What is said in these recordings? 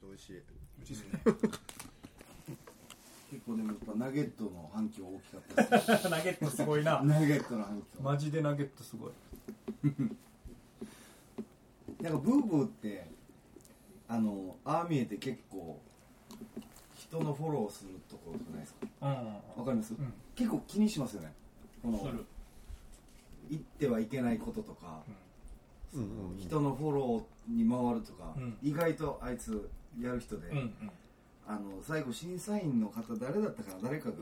美味しい。 美味しいですね。 結構でもやっぱナゲットの反響大きかったです。 ナゲットすごいな。 ナゲットの反響。 マジでナゲットすごい。 なんかブーブーってああ見えて結構人のフォローするところじゃないですか。わかります？結構気にしますよね。この言ってはいけないこととか、人のフォローに回るとか、意外とあいつやる人で、最後審査員の方誰だったかな、誰かが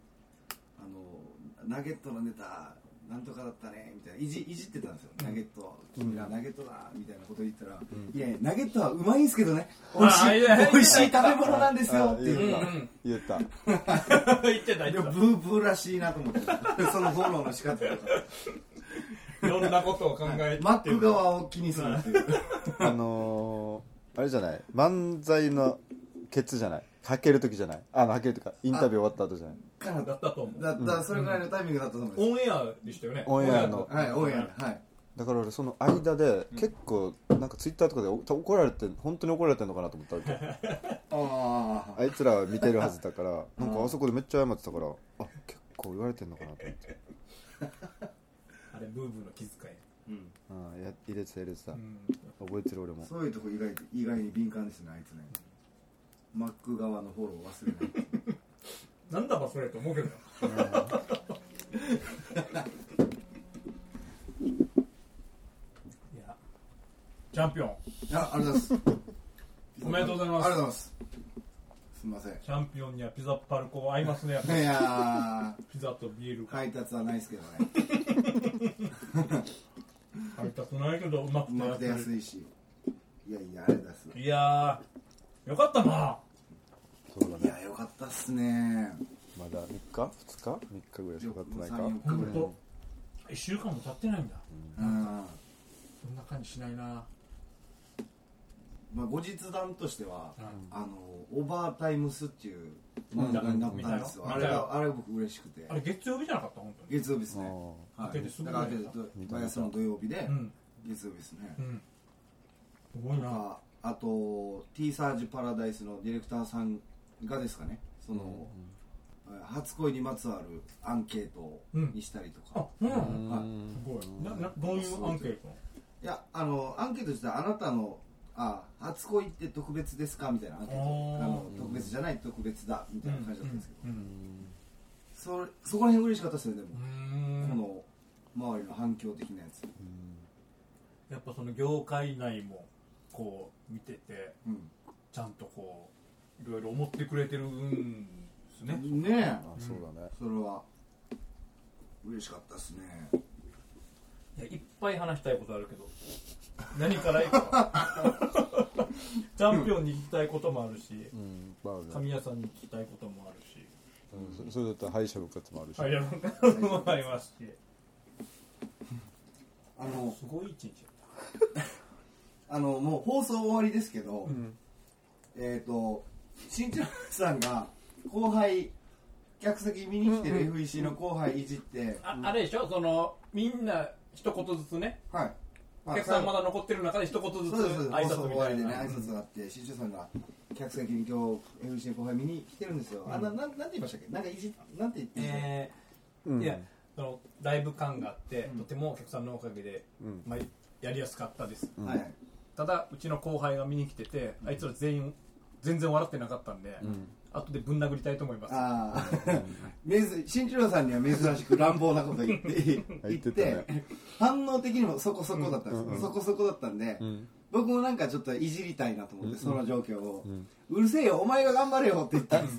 ナゲットのネタなんとかだったねみたいないじってたんですよ。ナゲット、君らナゲットだみたいなこと言ったら、いやナゲットはうまいんですけどね、美味しい食べ物なんですよって言った言ってた。 ブーブーらしいなと思ってそのフォローの仕方とかいろんなことを考えてマック側を気にするっていうあれじゃない、漫才のケツじゃない、はける時じゃない、はけるとかインタビュー終わった後じゃないだったと思う。 だったそれぐらいのタイミングだったと思います。 オンエアでしたよね。 オンエアの、 はい、オンエア、はい。 だから俺その間で結構なんかツイッターとかで怒られて、本当に怒られてんのかなと思ったわけ。あいつら見てるはずだから、なんかあそこでめっちゃ謝ってたから、結構言われてんのかなと思ってあれブーブーの気遣い。 入れてた覚えてる俺も。 そういうとこ意外に敏感ですね、あいつね。マック側のフォロー忘れない。 なんだかそれと思うけど。チャンピオン。 ありがとうございます。 おめでとうございます。 ありがとうございます。すみません。 チャンピオンにはピザパルコ合いますね。 いやピザとビール。 配達はないですけどね。 配達ないけどうまくて安いし。いやあれです。 いやー、よかったな。 そうだね。 いやよかったっすね。 まだ3日2日3日ぐらいしか経ってないか。 本当。1週間も経ってないんだ。そんな感じしないな。 まあ後日談としては、オーバータイムスっていう漫画になったんですよ。あれ僕嬉しくて。 あれ月曜日じゃなかった本当に。 月曜日ですね。 だから毎朝の土曜日で月曜日ですね。 すごいな。 あと T サージパラダイスのディレクターさんがですかね、その初恋にまつわるアンケートにしたりとか。 すごい。どういうアンケート？ いやアンケート自体あなたの初恋って特別ですかみたいなアンケート。特別じゃない特別だみたいな感じだったんですけど、そこら辺嬉しかったですよね。でもこの周りの反響的なやつ。 やっぱその業界内もこう見てて、ちゃんとこういろいろ思ってくれてるんですね。 ねえ、 そうだね。 それは嬉しかったですね。 いやいっぱい話したいことあるけど何からいくか。チャンピオンに聞きたいこともあるし、神谷さんに聞きたいこともあるし、 それだったら敗者復活もあるし、 敗者復活もありますし、すごい一日やった。 もう放送終わりですけど、新庄さんが後輩客席見に来てる FEC の後輩いじって、 あれでしょ、そのみんな一言ずつね、お客さんまだ残ってる中で一言ずつ挨拶みたいな挨拶があって、新庄さんが客席に今日 FEC の後輩見に来てるんですよ。なんて言いましたっけ？なんかなんて言っていや、そのライブ感があって、とてもお客さんのおかげでやりやすかったです。ただうちの後輩が見に来てて、あいつら全然笑ってなかったんで、後でぶん殴りたいと思います。 新庄さんには珍しく乱暴なこと言って反応的にもそこそこだったんです。そこそこだったんで、僕もなんかちょっといじりたいなと思って、その状況をうるせえよお前が頑張れよって言ったんです。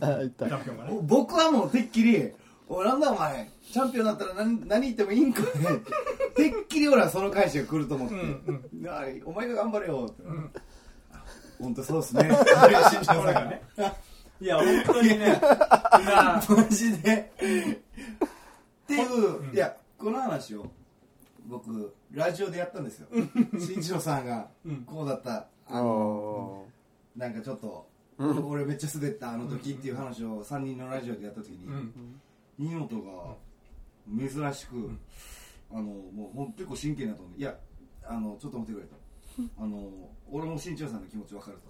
僕はもうてっきりなんだお前チャンピオンだったら何言ってもいいんかねてっきり俺はその返しが来ると思って、お前が頑張れよって、本当そうですね。新庄さんがね。 いや本当にね、 マジでっていう、いやこの話を僕ラジオでやったんですよ。新庄さんがこうだった、なんかちょっと俺めっちゃ滑ったあの時っていう話を3人のラジオでやった時に、新本が珍しくもう結構真剣だと思う。いやちょっと待ってくれと。 俺も新一郎さんの気持ち分かる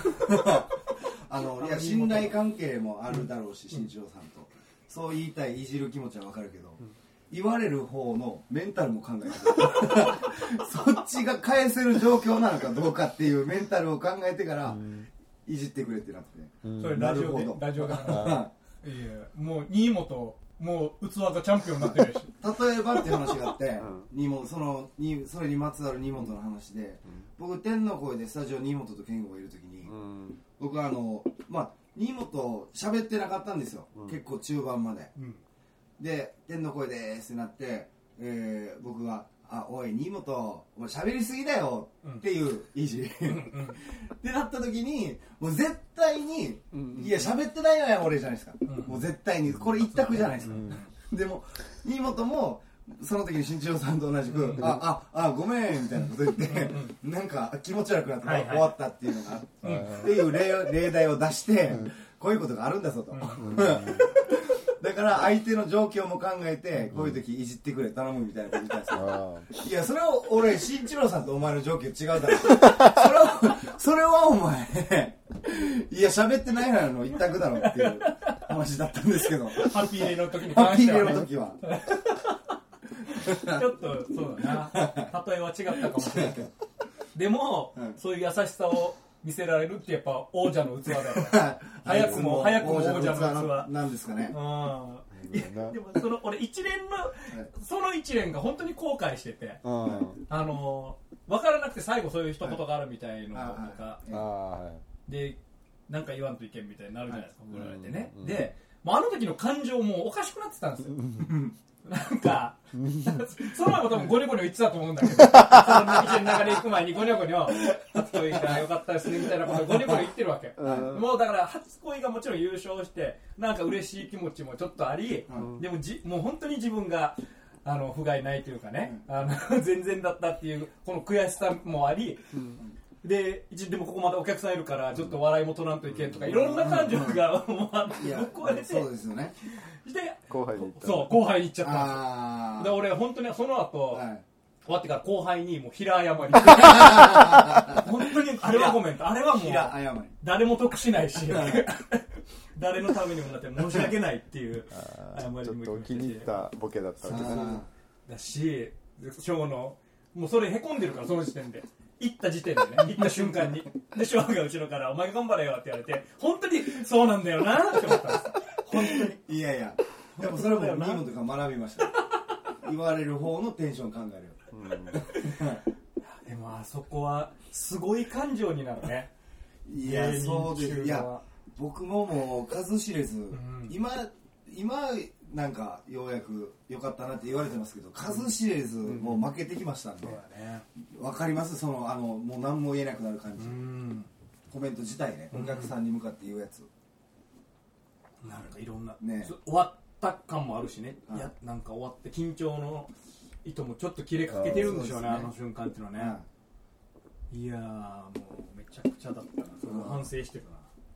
といや信頼関係もあるだろうし、新一郎さんとそう言いたい、いじる気持ちは分かるけど、言われる方のメンタルも考えてそっちが返せる状況なのかどうかっていうメンタルを考えてからいじってくれってなって、 それラジオがいやもう新本もう器がチャンピオンになってるし例えばっていう話があって、それにまつわる新本の話で、僕天の声でスタジオ新本と健吾がいる時に、僕は新本喋ってなかったんですよ、結構中盤まで、で天の声でーすってなって、僕がおい新本お前喋りすぎだよっていういじりってなった時に、もう絶対にいや喋ってないのや俺じゃないですか、もう絶対にこれ一択じゃないですか、でも新本もその時に新一郎さんと同じくごめんみたいなこと言ってなんか気持ち悪くなって終わったっていうのがっていう例題を出してこういうことがあるんだぞとだから相手の状況も考えてこういう時いじってくれ頼むみたいなこと言ったんですよ。いやそれを俺新一郎さんとお前の状況違うだろそれはお前いや喋ってないの一択だろっていう話だったんですけどハッピーレイの時にハッピーレイの時はちょっとそうだな例えは違ったかもしれないけどでも、そういう優しさを見せられるってやっぱ王者の器だよ早くも王者の器なんですかね。 でもその俺一連のその一連が本当に後悔してて分からなくて最後そういう一言があるみたいのとかでなんか言わんといけんみたいになるじゃないですか怒られてね。であの時の感情もおかしくなってたんですよなんかその前も多分ゴニョゴニョ言ってたと思うんだけどその一連の流れ行く前にゴニョゴニョ初恋が良かったですねみたいなことをゴニョゴニョ言ってるわけもうだから初恋がもちろん優勝してなんか嬉しい気持ちもちょっとありでももう本当に自分が不甲斐ないというかね全然だったっていうこの悔しさもありでもここまでお客さんいるからちょっと笑いも取らんといけんとかいろんな感情がもうぶっ壊れてそうですよねで後輩に行ったそう後輩に行っちゃったんですよ。で俺本当にその後、終わってから後輩にもう平謝り本当にあれはごめんあれはもう誰も得しないし誰のためにもなって申し訳ないっていう謝りもちょっと気に入ったボケだったわけですだしショーのもうそれへこんでるからその時点で行った時点でね行った瞬間にでショーが後ろからお前が頑張れよって言われて本当にそうなんだよなって思ったんです本当にいやいやでもそれも新本が学びました言われる方のテンション考えるよでもあそこはすごい感情になるねいやそうですいや僕もう数知れず、今なんかようやく良かったなって言われてますけど数知れずもう負けてきましたんで、わかりますそのもう何も言えなくなる感じ、コメント自体ねお客さんに向かって言うやつ、 なんかいろんな、ね、終わった感もあるしね、いやなんか終わって緊張の糸もちょっと切れかけてるんでしょうね、あの瞬間っていうのはね、いやーもうめちゃくちゃだったなそれも反省してるな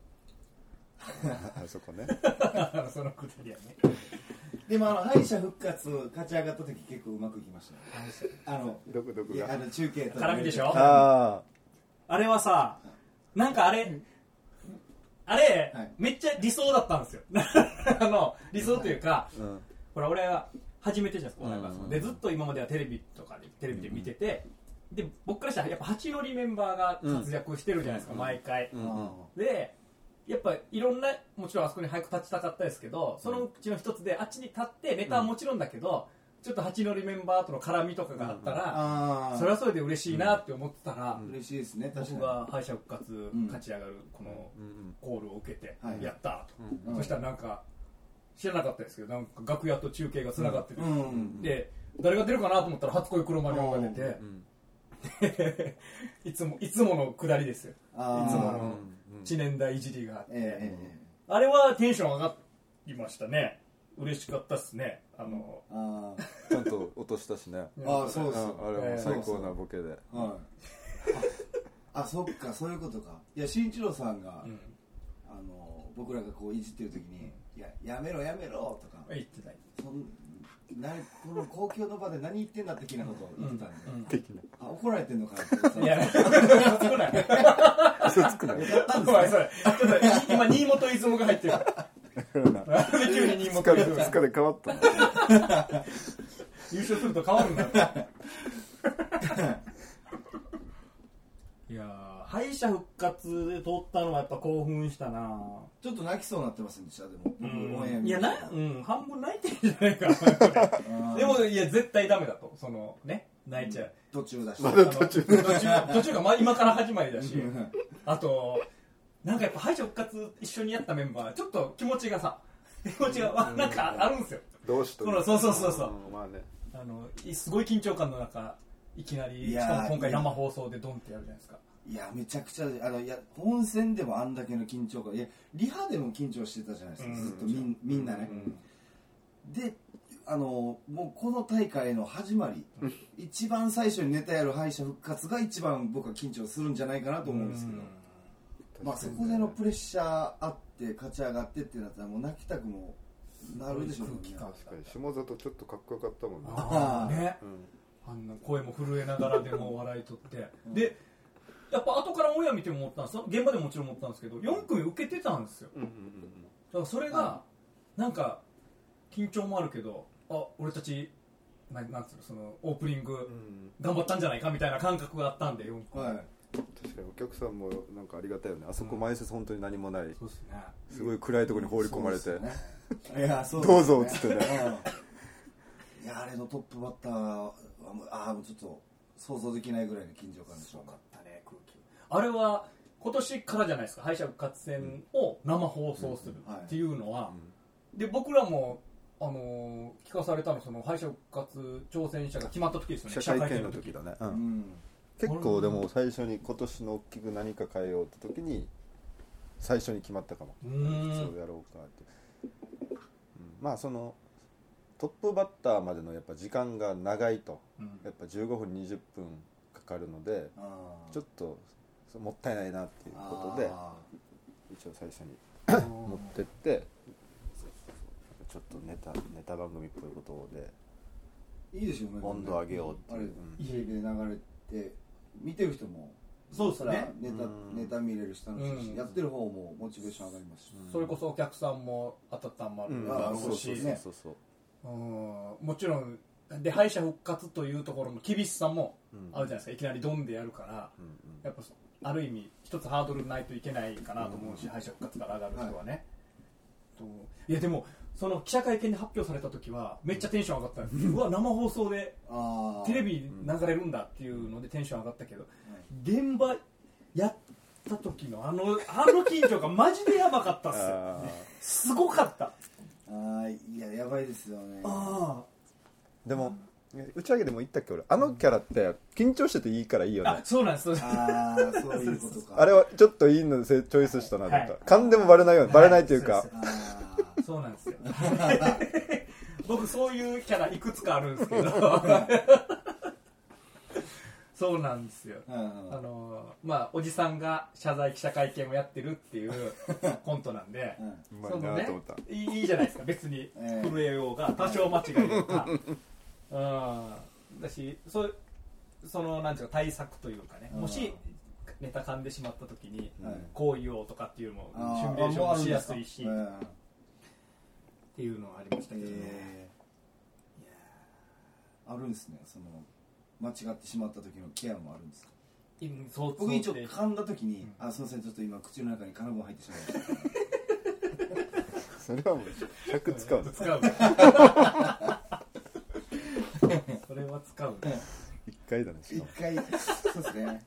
そこねそのくだりはねでも敗者復活勝ち上がった時結構うまくいきましたねどこが中継と絡みでしょあれはさなんかあれ、めっちゃ理想だったんですよ理想というか、ほら俺は初めてじゃないですか、でずっと今まではテレビで見てて、で僕からしたらやっぱ8乗りメンバーが活躍してるじゃないですか、毎回、でやっぱいろんなもちろんあそこに早く立ちたかったですけどそのうちの一つであっちに立ってネタはもちろんだけど、ちょっと8乗りメンバーとの絡みとかがあったら、それはそれで嬉しいなって思ってたら、 嬉しいですね僕が敗者復活勝ち上がるこのコールを受けてやったと、そしたらなんか知らなかったですけどなんか楽屋と中継がつながってて、で誰が出るかなと思ったら初恋黒マリオが出て、いつものくだりですよ、いつもの知念代いじりがあって、あれはテンション上がりましたね、嬉しかったっすね、 ちゃんと落としたしねそうです、 あれも最高なボケで、 そっかそういうことか。いや新一郎さんが、僕らがこういじってる時に「いややめろやめろ」とか言ってたこの公共の場で何言ってんだ的なことを言ってたんで、 的な怒られてんのかなって思っていや嘘つくな嘘つくなお前それちょっと今新本イズムが入ってる急に新本イズム疲れ変わったな優勝すると変わるんだいや敗者復活で通ったのはやっぱ興奮したな。 ちょっと泣きそうになってませんでした？でもいや半分泣いてるんじゃないかなでもいや絶対ダメだとそのね泣いちゃう、 途中だしまだ途中が今から始まりだしあとなんかやっぱ敗者復活一緒にやったメンバーちょっと気持ちがなんかあるんですよ。 どうしてそう、 まあね、 すごい緊張感の中いきなりしかも今回生放送でドンってやるじゃないですか。 いやめちゃくちゃいや本戦でもあんだけの緊張感、いやリハでも緊張してたじゃないですか、ずっとみんなね、でもうこの大会の始まり一番最初にネタやる敗者復活が一番僕は緊張するんじゃないかなと思うんですけど、まあそこでのプレッシャーあって勝ち上がってってなったらもう泣きたくもなるでしょうね。 確かに下里ちょっとかっこよかったもんね。 ね、あんな声も震えながらでも笑い取ってでやっぱ後からオンエア見ても思ったんです、現場でももちろん思ったんですけど4組受けてたんですよ。だからそれがなんか緊張もあるけど俺たちなんつうのそのオープニング頑張ったんじゃないかみたいな感覚があったんで4組、 確かにお客さんもなんかありがたいよね。あそこ前説本当に何もない、 そうですね、 すごい暗いところに放り込まれて、 いやそうどうぞっつってねいやあれのトップバッターはちょっと想像できないぐらいの緊張感でしょうかったね。 空気あれは今年からじゃないですか、敗者復活戦を生放送するっていうのは、で僕らも聞かされたのその敗者復活挑戦者が決まった時ですよね。 記者会見の時だね、結構でも最初に今年の大きく何か変えようって時に最初に決まったかも。そうやろうかって、まあそのトップバッターまでのやっぱ時間が長いと、やっぱ15分20分かかるのでちょっともったいないなっていうことで一応最初に持ってってちょっとネタ番組っぽいことでいいですよね、 温度上げようっていう、 家で流れて見てる人もそうですね、 ネタ見れるし楽しいし、やってる方もモチベーション上がりますし、 それこそお客さんも当たったんもあるだろうし、もちろんで敗者復活というところの厳しさもあるじゃないですか、いきなりドンでやるから、やっぱある意味一つハードルないといけないかなと思うし、敗者復活から上がる人はね、いやでもその記者会見で発表された時はめっちゃテンション上がったんです、うわ生放送でテレビ流れるんだっていうのでテンション上がったけど、現場やった時のあの緊張がマジでやばかったっすよすごかった。 いややばいですよね。 でも打ち上げでも言ったっけ俺、あのキャラって緊張してていいからいいよね。 そうなんです。そういうことか。 あれはちょっといいのでチョイスしたなと思った。勘でもバレないように、バレないというか。 そうなんですよ。僕そういうキャラいくつかあるんですけど。そうなんですよ。まあおじさんが謝罪記者会見をやってるっていうコントなんで、そのね、いいじゃないですか。別に震えようが多少間違いようが。だしそのなんていうか対策というかね、もしネタ噛んでしまった時にこう言おうとかっていうのもシミュレーションもしやすいしっていうのはありましたけどね。 あるんですね、その間違ってしまった時のケアもあるんですか？ 僕一応噛んだ時にすいませんちょっと今口の中に金分入ってしまいましたそれはもう尺使うそれは使う一回だね。 一回そうですね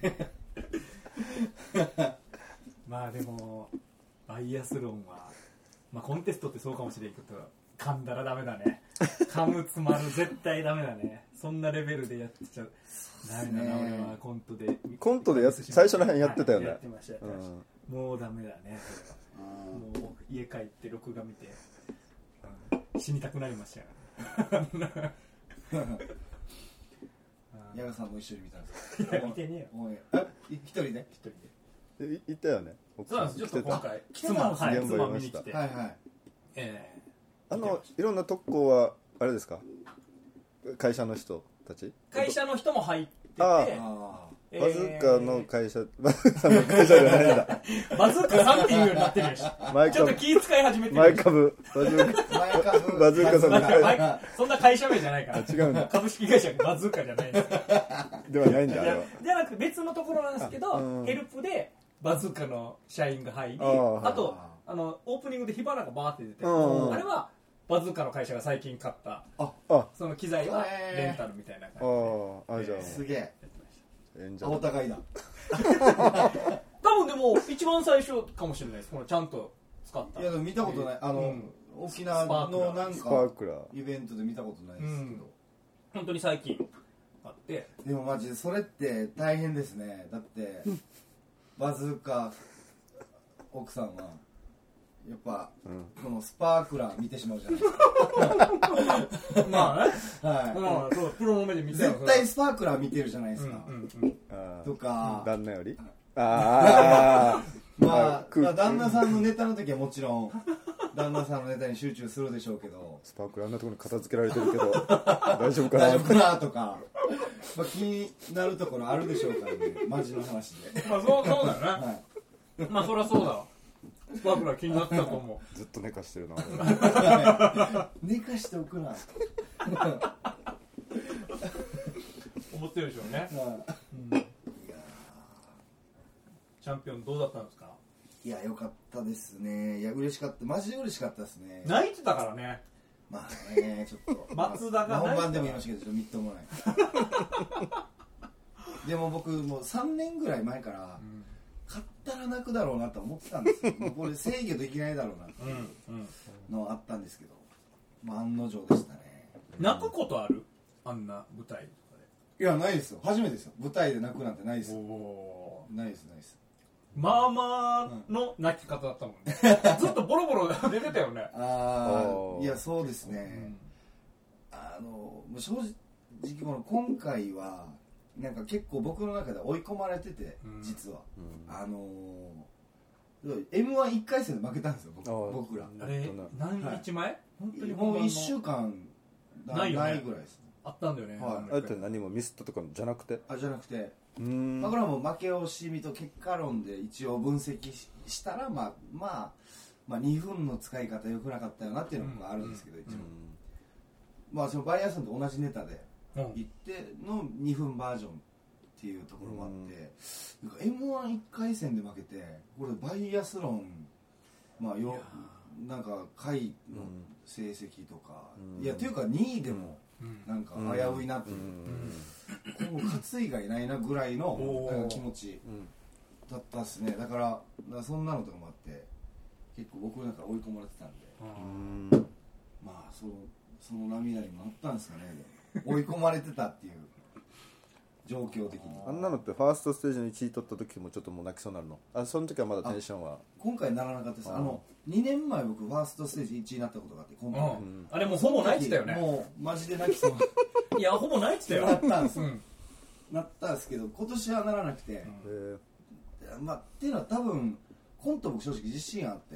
まあでもバイアスロンは、まあ、コンテストってそうかもしれんけど噛んだらダメだね。噛む詰まる絶対ダメだね。そんなレベルでやってちゃうダメだな。俺はコントで最初の辺やってたよね。 やってました、もうダメだね。もう家帰って録画見て、死にたくなりましたよ矢賀さんも一緒に見たんですか？ 見てねえよ。一人で行ったよね。 そうなんです。ちょっと今回妻見に来て、 いろんな特攻はあれですか、会社の人たち、 会社の人も入ってて、 バズーカの会社、バズーカの会社じゃないんだ。 バズーカさんっていうようになってるし、ちょっと気遣い始めてる。 前株、バズーカさんの会社。 そんな会社名じゃないから。 違うんだ。 株式会社バズーカじゃないんです。 ではないんだ。 じゃなくて別のところなんですけど、ヘルプでバズーカの社員が入り、あとオープニングで火花がバーって出て、あれはバズーカの会社が最近買ったその機材はレンタルみたいな感じで。 すげえ。お互いだ。 多分でも一番最初かもしれないです、このちゃんと使った。 いやでも見たことない、沖縄のなんかイベントで見たことないですけど、 本当に最近あって。 でもマジでそれって大変ですね。だってバズーカ奥さんはやっぱ、このスパークラー見てしまうじゃないですか。 まあね、はい、そうプロの目で見て絶対スパークラー見てるじゃないですか。とか旦那よりまあ旦那さんのネタの時はもちろん旦那さんのネタに集中するでしょうけど、 スパークラーあんなところに片付けられてるけど大丈夫かなとか、まあ、気になるところあるでしょうからね、マジの話で。 まあそうだね、まあそりゃそうだわ。スパークラー気になったと思う。ずっと寝かしてるな。 寝かしておくな。 思ってるでしょうね。チャンピオンどうだったんですか？ いや良かったですね。いや嬉しかった、マジで嬉しかったですね。 泣いてたからね。 まあね、ちょっと松田が本番でも言いましたけど、みっともない。でも僕もう3年ぐらい前から、勝ったら泣くだろうなと思ってたんですよ。もうこれ制御できないだろうなっていうのあったんですけど、まあ案の定でしたね。 泣くことある？あんな舞台とかで。いやないですよ、初めてですよ。舞台で泣くなんてないですよ。ないです。 まあまあの泣き方だったもんね。ずっとボロボロ出てたよね。 いやそうですね。正直今回はなんか結構僕の中で追い込まれてて、実はM11 回戦で負けたんですよ、僕ら。 何日前？本当にもう1週間ないぐらいです。 あったんだよね。 あれって何もミスったとかじゃなくて？ じゃなくて、これはもう負け惜しみと結果論で一応分析したら、まあ2分の使い方良くなかったよなっていうのがあるんですけど、一応まあそのバイアスロンと同じネタで行っての2分バージョンっていうところもあって、M11 回戦で負けて、これバイアスロンなんか回の成績とか、いやというか2位でもなんか危ういなっていう、この勝つ以外ないなぐらいのなんか気持ちだったっすね。だからそんなのとかもあって結構僕なんか追い込まれてたんで、まあその涙にもあったんですかね。追い込まれてたっていう状況的に。 あんなのってファーストステージの1位取った時もちょっともう泣きそうになるの？その時はまだテンションは今回ならなかったです。2年前僕ファーストステージ1位になったことがあって、今回あれもうほぼ泣いてたよね。 もうマジで泣きそういやほぼ泣いてたよ。 なったんですよ、なったんですけど、今年はならなくて、っていうのは多分コント僕正直自信あって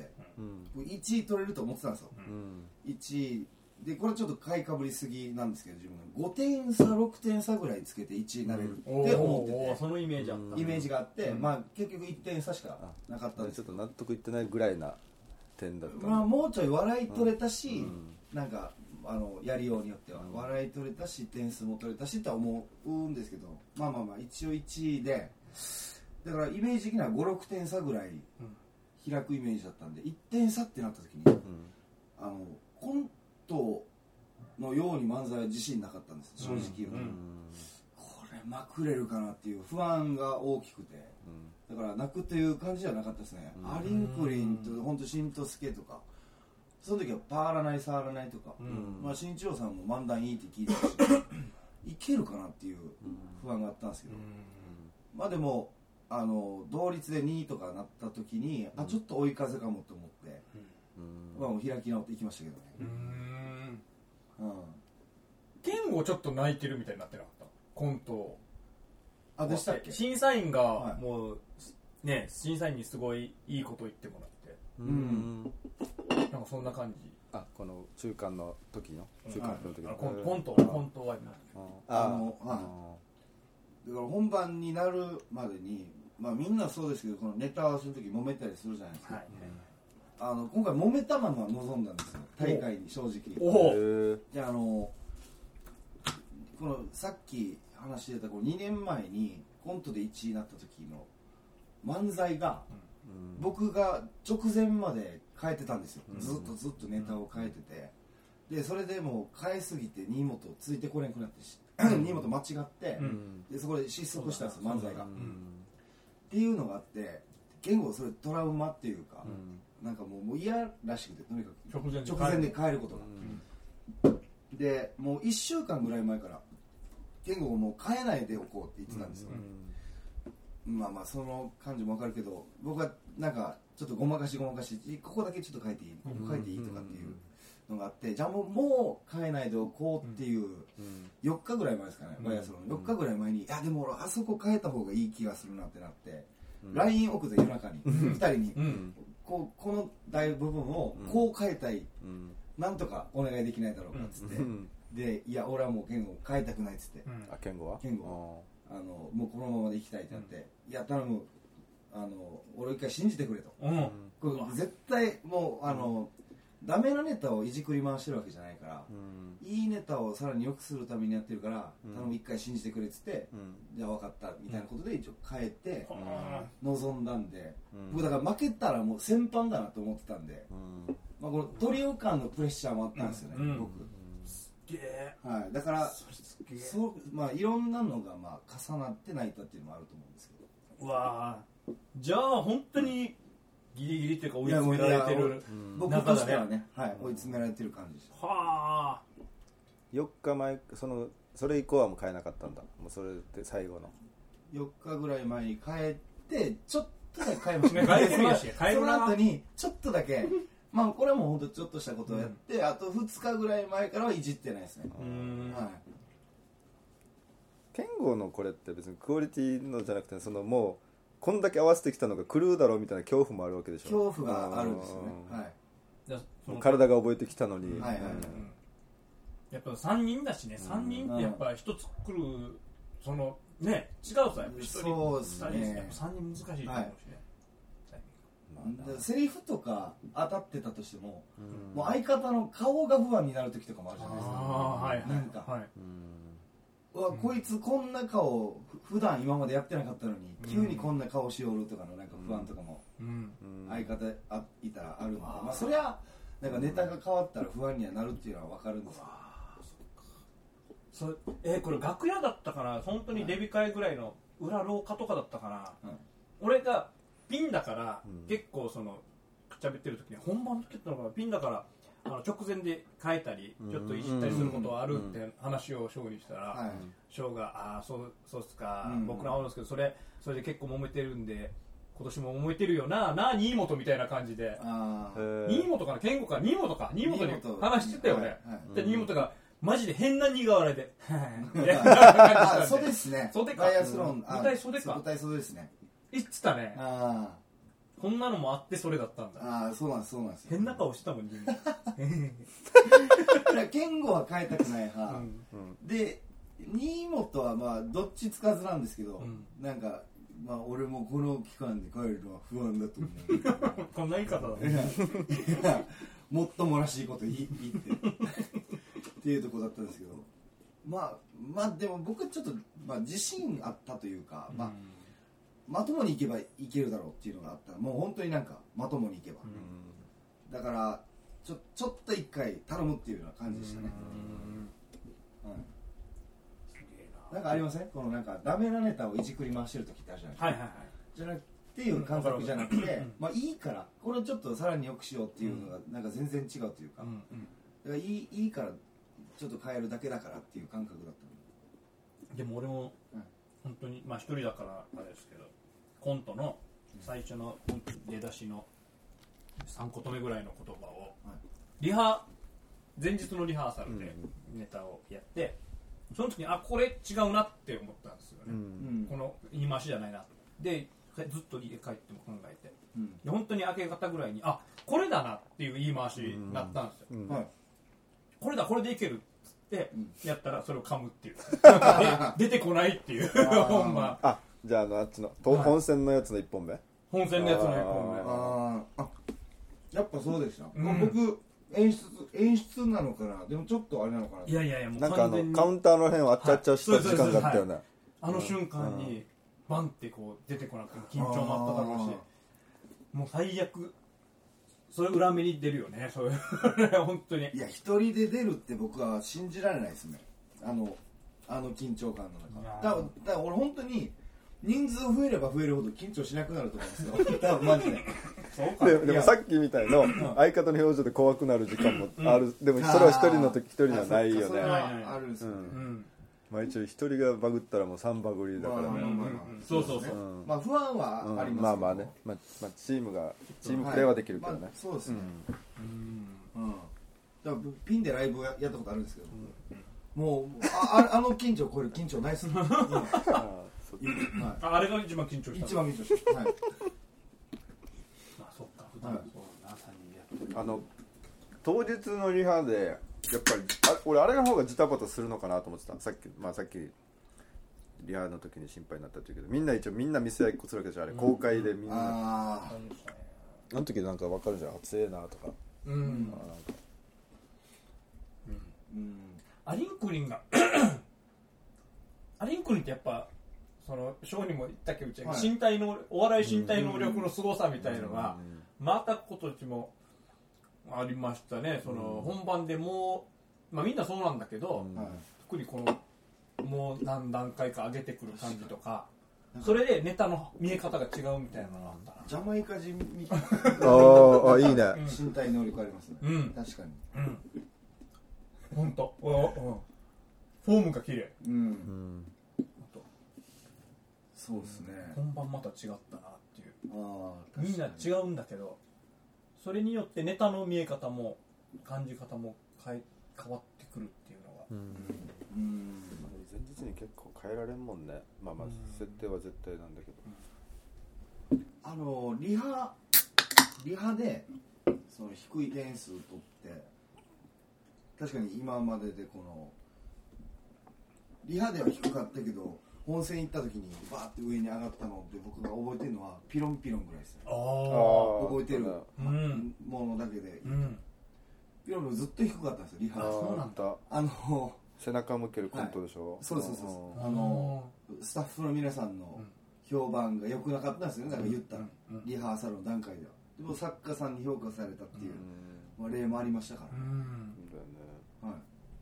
、1位取れると思ってたんですよ、1位で。これちょっと買いかぶりすぎなんですけど、自分5点差6点差ぐらいつけて1位になれるって思ってて、 そのイメージあった、 イメージがあって、結局1点差しかなかったんです。 ちょっと納得いってないぐらいな点だった。 もうちょい笑い取れたし、なんかやりようによっては笑い取れたし点数も取れたしとは思うんですけど、一応1位で、だからイメージ的には 5,6 点差ぐらい開くイメージだったんで、1点差ってなった時に、コントのように漫才は自信なかったんです、正直言うと。これまくれるかなっていう不安が大きくて、だから泣くという感じじゃなかったですね。アリンクリンと本当しんとすけとか、その時はパーらない触らないとか、新一郎さんも漫談いいって聞いてたしいけるかなっていう不安があったんですけど、でも同率で2位とかなった時に、ちょっと追い風かもと思って、もう開き直っていきましたけどね。 健吾ちょっと泣いてるみたいになってなかった？コントでしたっけ？ 審査員がもう審査員にすごいいいこと言ってもらって、なんかそんな感じこの中間の時の中間の時のコントはだから本番になるまでに、みんなそうですけど、このネタ合わせの時揉めたりするじゃないですか、今回揉めたまま臨んだんですよ、大会に。正直でこのさっき話してた2年前にコントで1位になった時の漫才が、僕が直前まで変えてたんですよ、ずっとネタを変えてて、でそれでもう変えすぎて新本ついてこれなくなって新本間違って、でそこで失速したんですよ、漫才が、っていうのがあって、言語それトラウマっていうか、なんかもう嫌らしくて、とにかく直前で変えることが、でもう1週間ぐらい前から言語をもう変えないでおこうって言ってたんですよ、その感じも分かるけど、僕はなんかちょっとごまかしここだけちょっと変えていい、ここ変えていいとかっていうのがあって、じゃあもう変えないでおこうっていう4日ぐらい前ですかね、バイアスロン4日ぐらい前に、いやでも俺あそこ変えた方がいい気がするなってなって、LINE 送って夜中に2人にこの大部分をこう変えたい、なんとかお願いできないだろうかっつって、でいや俺はもう言語変えたくないっつって、 言語もうこのままでいきたいってなって、いや頼む、俺一回信じてくれと、これ絶対もうダメなネタをいじくり回してるわけじゃないから、いいネタをさらに良くするためにやってるから、頼む一回信じてくれっつって、じゃあ分かったみたいなことで一応変えて臨んだんで、僕だから負けたらもう戦犯だなと思ってたんで、このトリオ間のプレッシャーもあったんですよね、僕。だからいろんなのが重なって泣いたっていうのもあると思うんですけど。 うわー、じゃあ本当にギリギリっていうか追い詰められてる、 僕としてはね、追い詰められてる感じです。 はあ。 4日前それ以降はもう変えなかったんだ、もうそれで最後の 4日ぐらい前に変えて、ちょっとだけ変えましたね。 その後にちょっとだけこれはもう本当ちょっとしたことをやって、あと2日ぐらい前からはいじってないですね。 剣豪のこれって別にクオリティのじゃなくて、もうこんだけ合わせてきたのが狂うだろうみたいな恐怖もあるわけでしょ。 恐怖があるんですよね。 体が覚えてきたのに、 やっぱ3人だしね、3人ってやっぱ1つ来る違うさ、1人そうですね、 やっぱ3人難しいと思うしね。 セリフとか当たってたとしても、もう相方の顔が不安になる時とかもあるじゃないですか。なんかこいつこんな顔普段今までやってなかったのに、急にこんな顔しよるとかのなんか不安とかも相方いたらあるんで、そりゃなんかネタが変わったら不安にはなるっていうのは分かるんですけど。 これ楽屋だったかな、本当にデビ会ぐらいの裏廊下とかだったかな、俺がピンだから、結構くっちゃべってる時に本番の時だったのかな、ピンだから直前で変えたりちょっといじったりすることはあるって話をショーにしたら、ショーがそうっすか、僕らは思うんですけど、それで結構揉めてるんで今年も揉めてるよな新本みたいな感じで、新本かな、健吾か新本に話してたよね。で新本がマジで変な苦笑いでそうですね、バイアスロン舞台袖か、 舞台袖ですね、 言ってたね。こんなのもあってそれだったんだ。 そうなんです変な顔してたもんね。 健吾は変えたくない派で、新本はどっちつかずなんですけど、なんか俺もこの期間で帰るのは不安だと思う。 こんな言い方だね。 もっともらしいこと言ってっていうとこだったんですけど、でも僕ちょっと自信あったというか、まともにいけばいけるだろうっていうのがあったら、もう本当になんかまともにいけば、だからちょっと一回頼むっていうような感じでしたね。なんかありません？このなんかダメなネタをいじくり回してる時ってあるじゃないですか。じゃなくていう感覚じゃなくて、いいからこれをちょっとさらに良くしようっていうのがなんか全然違うというか、だからいいからちょっと変えるだけだからっていう感覚だった。 でも俺も本当に一人だからあれですけど、コントの最初の出だしの3言目ぐらいの言葉を前日のリハーサルでネタをやって、その時にこれ違うなって思ったんですよね、この言い回しじゃないなと。でずっと家帰っても考えて、で本当に明け方ぐらいにこれだなっていう言い回しになったんですよ、これでいけるってやったらそれを噛むっていう出てこないっていう本番。 じゃああっちの本線のやつの1本目、 本線のやつの1本目。やっぱそうでした、僕演出なのかな、でもちょっとあれなのかな。 いやもうなんかカウンターの辺をあっちゃっちゃした時間があったよね。 あの瞬間にバンってこう出てこなくて緊張もあっただろうし、もう最悪それ裏目に出るよね、それ本当に。 いや一人で出るって僕は信じられないですね、あの緊張感の中。だから俺本当に人数増えれば増えるほど緊張しなくなると思うんですよ多分マジで。 そうか。でもさっきみたいの相方の表情で怖くなる時間もある、でもそれは一人の時一人にはないよね。 あるんですよね。 まあ一応一人がバグったらもう3バグりだからね。 そうそうそう。 まあ不安はあります。 まあまあね、まあチームプレーはできるけどね。 そうですね。だからピンでライブやったことあるんですけど、もうあの緊張を超える緊張ないっすね。 あれが一番緊張した。 一番緊張した。はい。 まあそっか、普段そうな3人でやってる。 当日のリハでやっぱり俺あれの方がジタバタするのかなと思ってた。さっきリハの時に心配になったって言うけど、みんな見せ合いっこするわけじゃん、あれ公開でみんな。あの時なんか分かるじゃん、熱えなとか。 アリンクリンってやっぱそのショーにも言ったけど、身体のお笑い身体能力の凄さみたいのがまた今年もありましたね。その本番でもまあみんなそうなんだけど、特にこのもう何段階か上げてくる感じとか、それでネタの見え方が違うみたいなのがあったな。 ジャマイカ人みたいな。 ああいいね。 身体能力ありますね。確かに。 本当。フォームが綺麗。 そうですね。 本番また違ったなっていう。みんな違うんだけど、それによってネタの見え方も感じ方も変わってくるっていうのが。 前日に結構変えられんもんね。まあ設定は絶対なんだけど。リハでその低い点数取って確かに今まででこのリハでは低かったけど本戦行った時にバーって上に上がったので僕が覚えてるのはピロンピロンぐらいですね。覚えてるものだけで、ピロンピロンずっと低かったんですよリハ。 そうなんだ。 背中向けるコントでしょ。 そうスタッフの皆さんの評判が良くなかったんですよね。だから言ったらリハーサルの段階ではでも作家さんに評価されたっていう例もありましたから。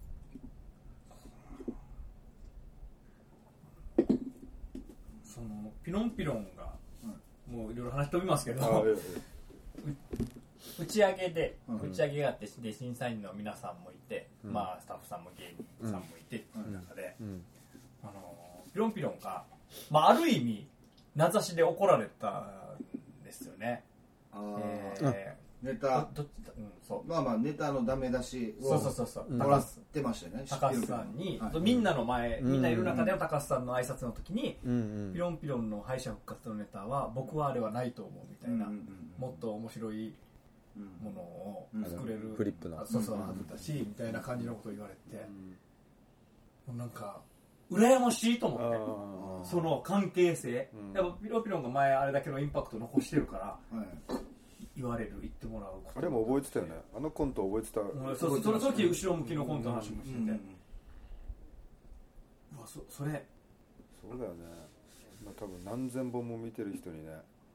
そのピロンピロンがもういろいろ話飛びますけど、打ち上げがあってで審査員の皆さんもいて、まあスタッフさんも芸人さんもいてっていう中で、ピロンピロンがまあある意味名指しで怒られたんですよね。ネタまあネタのダメ出しをもらってましたよね。 高須さんにみんなの前みんないる中での高須さんの挨拶の時にピロンピロンの敗者復活のネタは僕はあれはないと思うみたいな、もっと面白いものを作れるフリップなはずだしみたいな感じのことを言われて、なんか羨ましいと思って、その関係性、やっぱピロンピロンが前あれだけのインパクト残してるから言ってもらうこと。 あれも覚えてたよね。あのコント覚えてた。 その時後ろ向きのコントの話もしてて、それそうだよね。まあ多分何千本も見てる人にね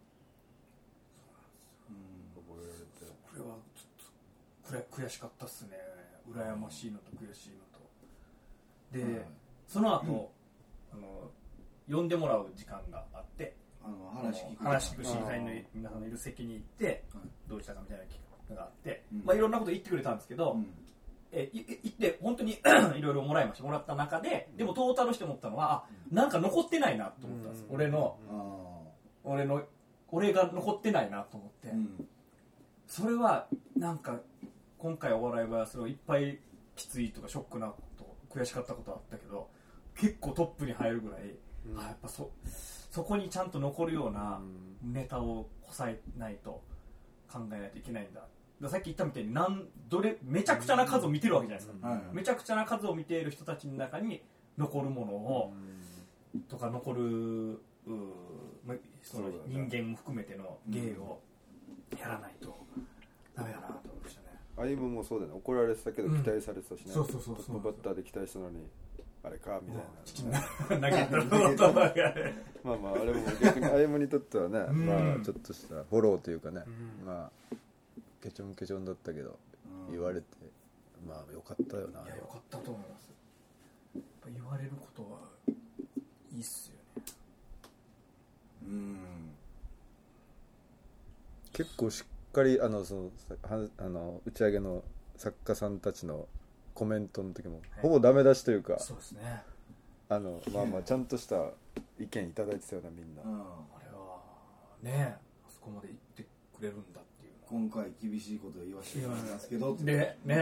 覚えられて、 これはちょっと悔しかったっすね。羨ましいのと悔しいのとで、その後呼んでもらう時間があって、話聞く審査員の皆さんのいる席に行ってどうしたかみたいな企画があって、いろんなこと言ってくれたんですけど、行って本当にいろいろもらった中で、でもトータルして思ったのはなんか残ってないなと思ったんです。俺が残ってないなと思って、それはなんか今回お笑いはそれをいっぱいきついとかショックなこと悔しかったことあったけど、結構トップに入るぐらい、やっぱそそこにちゃんと残るようなネタをこさえないと考えないといけないんだ。さっき言ったみたいにめちゃくちゃな数を見てるわけじゃないですか、めちゃくちゃな数を見ている人たちの中に残るものを、とか残るその人間も含めての芸をやらないとダメだなと思いましたね。 アイムもそうだね、怒られてたけど期待されてたしね、トップバッターで期待したのにあれかみたいな、 投げたのとまああれも逆にアイムにとってはね、まあちょっとしたフォローというかね、まあケチョンケチョンだったけど言われて、まあよかったよな。 いやよかったと思います。やっぱ言われることはいいっすよね。 結構しっかりその打ち上げの作家さんたちのコメントの時も、ほぼダメ出しというか、 そうですね、 まあまあちゃんとした意見いただいてたよな、みんな。 あれはね、あそこまで言ってくれるんだっていう。 今回厳しいことを言わせてもらいますけどね、それ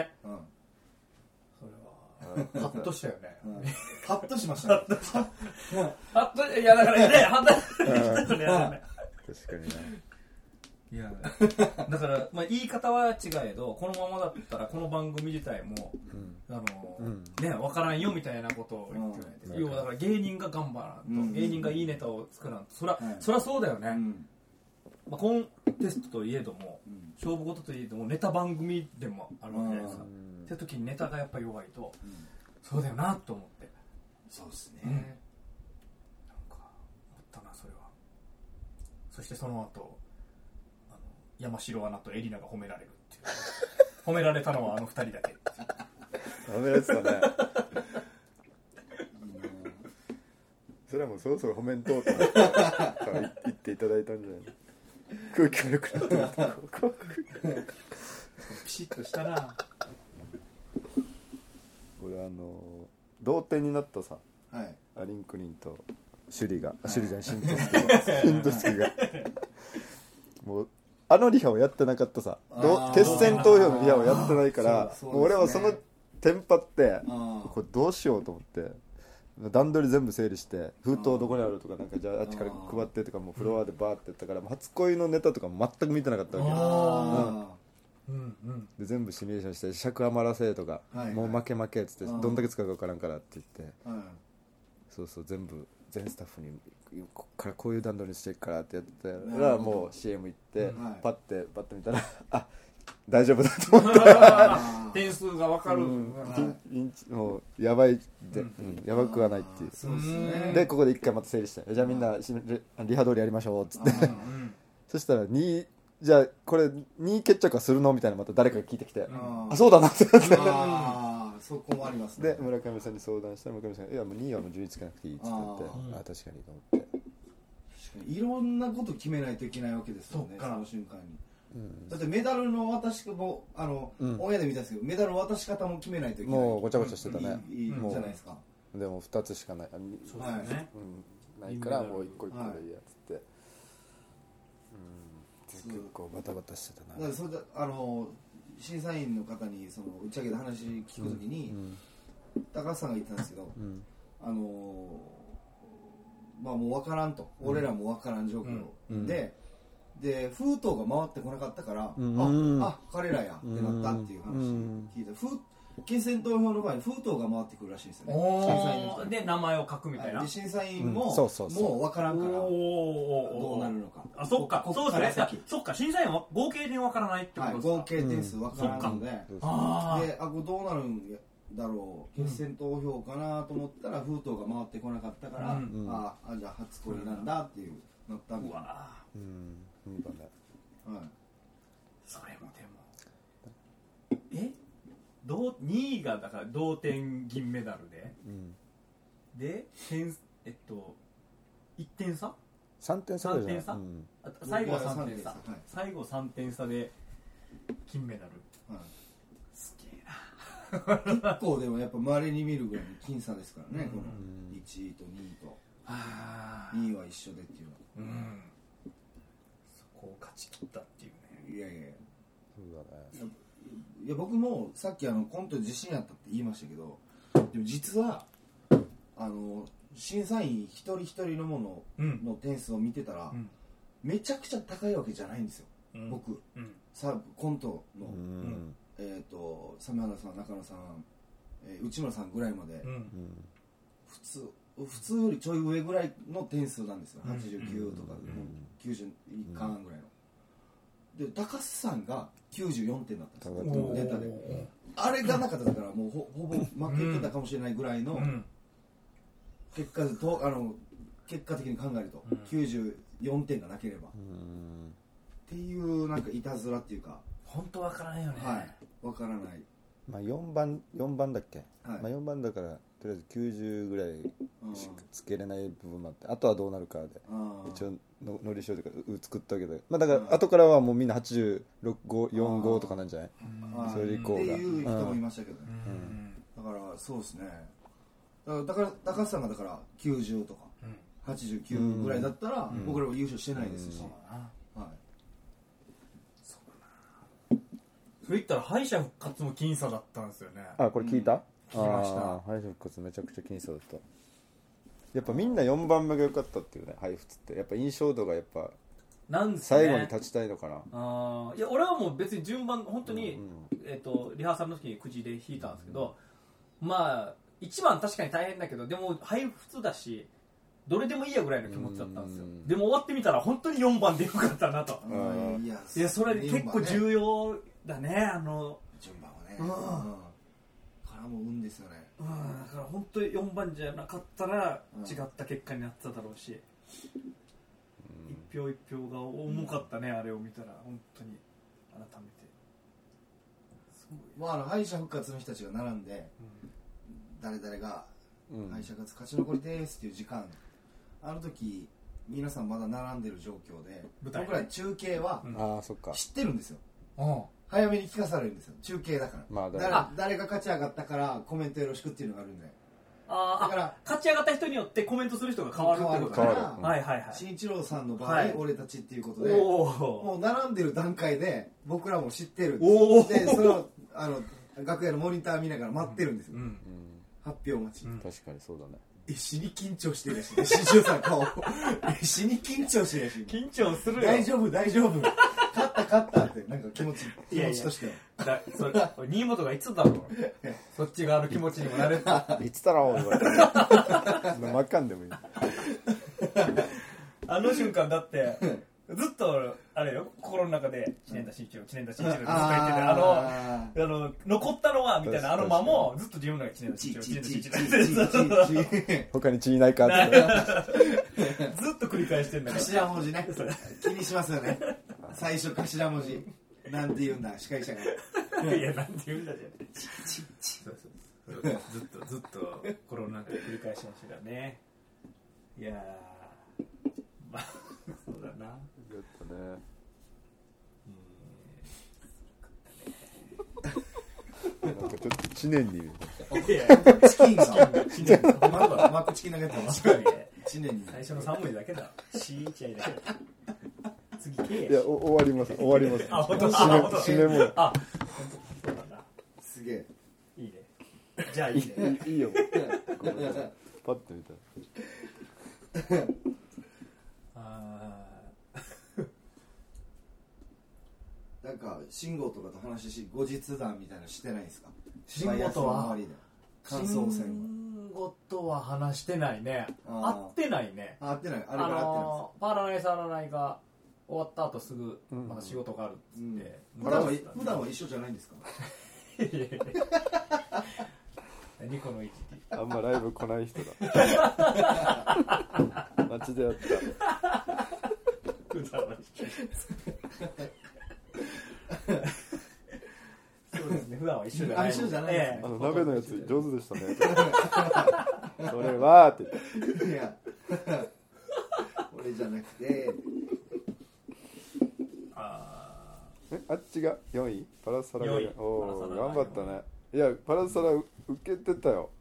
はハッとしたよね。 ハッとしましたね。 ハッと、いやだからね、ハッとね、 確かにね。 いやだからまあ言い方は違えど、このままだったらこの番組自体もね、分からんよみたいなことを言ってない。要はだから芸人が頑張らんと、芸人がいいネタを作らんと、そらそうだよね。まあコンテストといえども、勝負事といえどもネタ番組でもあるわけじゃないですか。って時にネタがやっぱ弱いと、そうだよなと思って。 そうですね。 なんか思ったなそれは。そしてその後。山城アナとエリナが褒められるっていう褒められたのはあの二人だけ褒められてたねそれはもうそろそろ褒めんとうと言っていただいたんじゃないの。空気悪くなってピシッとしたな。 俺同点になったさ、 はい、 アリンクリンとシュリが、シュリじゃない、シントスキがもうリハをやってなかったさ、決選投票のリハをやってないから、もう俺はそのテンパってこれどうしようと思って段取り全部整理して、封筒どこにあるとか、なんかじゃああっちから配ってとか、もうフロアでバーってやったから、初恋のネタとか全く見てなかったわけ。で全部シミュレーションして、尺余らせとか、もう負け負けっつって、どんだけ使うか分からんからって言って、そう全部全スタッフにこっからこういう段取りにしていくからってやってたら、もう CM 行って、パッて見たらあ、大丈夫だと思った点数が分かる、 もうやばいで、やばくはないっていう。でここで一回また整理して、じゃあみんなリハ通りやりましょうっつってそしたらじゃあこれ2位決着はするのみたいな、また誰かが聞いてきて、あ、そうだなってなって、 そこもありますね。 で村上さんに相談したら、村上さんがいやもう2位はもう順位つけなくていいっつって言って、あ、確かにと思って、 いろんなこと決めないといけないわけですよね、その瞬間に。だってメダルの渡し方もオンエアで見たんですけど、メダルの渡し方も決めないといけない。 もうごちゃごちゃしてたね。 いいじゃないですか。 でも2つしかない、ないからもう1個1個でいいやつって、結構バタバタしてたな。 だからそれで審査員の方にその打ち上げで話聞くときに、高橋さんが言ってたんですけど、まあもう分からんと、俺らも分からん状況で、封筒が回ってこなかったから、あ、彼らやってなったっていう話聞いて、決選投票の場合に封筒が回ってくるらしいんですよね。審査員の人で名前を書くみたいな。 で審査員ももう分からんからどうなるのか。 あ、そっか、そうですね。そっか、審査員は合計点分からないってことですか。 合計点数分からんので、で、これどうなるんだろう、決選投票かなと思ったら封筒が回ってこなかったから、じゃあ初恋なんだっていうなったんで。 それもでも2位がだから同点銀メダルで、1点差 3点差 3点差、最後は3点差、最後3点差で金メダル、すげえな。 結構でもやっぱ稀に見るぐらいの僅差ですからね、この1位と2位と2位は一緒でっていうのは、 そこを勝ち切ったっていうね。 いやそうだね。いや僕もさっきコント自信あったって言いましたけど、でも実は審査員一人一人のものの点数を見てたら、めちゃくちゃ高いわけじゃないんですよ、僕、コントの、サメ肌さん、中野さん、内村さんぐらいまで、普通よりちょい上ぐらいの点数なんですよ、89とか90いかんぐらいの。で高須さんが94点だったんですよ、ネタで。あれがなかっただからもうほぼ負けてたかもしれないぐらいの結果的に考えると、94点がなければっていうなんかいたずらっていうか、 本当わからないよね。 はい、わからない。 まあ4番だっけ、はい、まあ4番だからとりあえず90ぐらいしかつけれない部分もあって、あとはどうなるかで一応のりしおとか作ったわけで、まあだから後からはもうみんな8645とかなんじゃない、それ以降がっていう人もいましたけどね、だからそうですね。だから高橋さんがだから90とか89ぐらいだったら僕らは優勝してないですし、 そう言ったら敗者復活も僅差だったんですよね。 あ、これ聞いた？ 聞きました。 敗者復活めちゃくちゃ僅差だった。やっぱみんな4番目が良かったっていうね、敗仏ってやっぱ印象度がやっぱなんです、ね、最後に立ちたいのかな。 いや俺はもう別に順番本当に、リハーサルの時にくじで引いたんですけど、まあ1番確かに大変だけど、でも敗仏だしどれでもいいやぐらいの気持ちだったんですよ。でも終わってみたら本当に4番でよかったなと。いやそれ結構重要だね、 順番はね。からも運ですよね。 だから本当に4番じゃなかったら違った結果になってただろうし、一票一票が重かったね、あれを見たら本当に改めて。 まあ敗者復活の人たちが並んで、誰々が敗者復活勝ち残りですっていう時間、あの時皆さんまだ並んでる状況で、僕ら中継は知ってるんですよ。早めに聞かされるんですよ、中継だから、誰が勝ち上がったからコメントよろしくっていうのがあるんで。だから勝ち上がった人によってコメントする人が変わるってことだから、新一郎さんの場合、俺たちっていうことで、もう並んでる段階で僕らも知ってるんですで、それを楽屋のモニター見ながら待ってるんですよ、発表待ち。 確かにそうだね。 死に緊張してるし、新一郎さん顔死に緊張してるし、 緊張するよ。 大丈夫勝ったってなんか気持ちとしては。 それ新本が言ってたろそっち側の気持ちにもなれた。 言ってたろ言われた。真っ赤んでもいい。 あの瞬間だってずっとあれよ、心の中で知念田真一郎ってずっと言ってて、残ったのはみたいな間もずっと自分の中で知念田真一郎他に血いないかってずっと繰り返してんだから。 頭文字ね、気にしますよね。最初頭文字なんて言うんだ司会者が。 いやなんて言うんだじゃん。ずっと心の中で繰り返しましたからね。いやまあそうだな。 よかったね。なんかちょっと知念にチキンがマックチキン投げてます。知念に最初の3文字だけだ。C チャイだけだ。次 K。 いや終わります。 あ本当だ。 締めも。 あ本当だ。 すげえ。 いいね。じゃあいいね。 いいよ。パッと見たら。 なんか慎吾とかと話し後日談みたいなのしてないんですか？ 慎吾とは感想戦慎吾とは話してないね。会ってないね。 会ってない。 パーラナイサーラナイが終わった後すぐまた仕事があるっつって。 普段は一緒じゃないんですか？ 何この位置。 あんまライブ来ない人だ。街でやった。 そうですね。普段は一緒じゃない。 一緒じゃないですね。 鍋のやつ上手でしたね。それはって言って。 いや、俺じゃなくて。 あっちが4位？パラサラが4位。おお、頑張ったね。いや、パラサラ受けてたよ。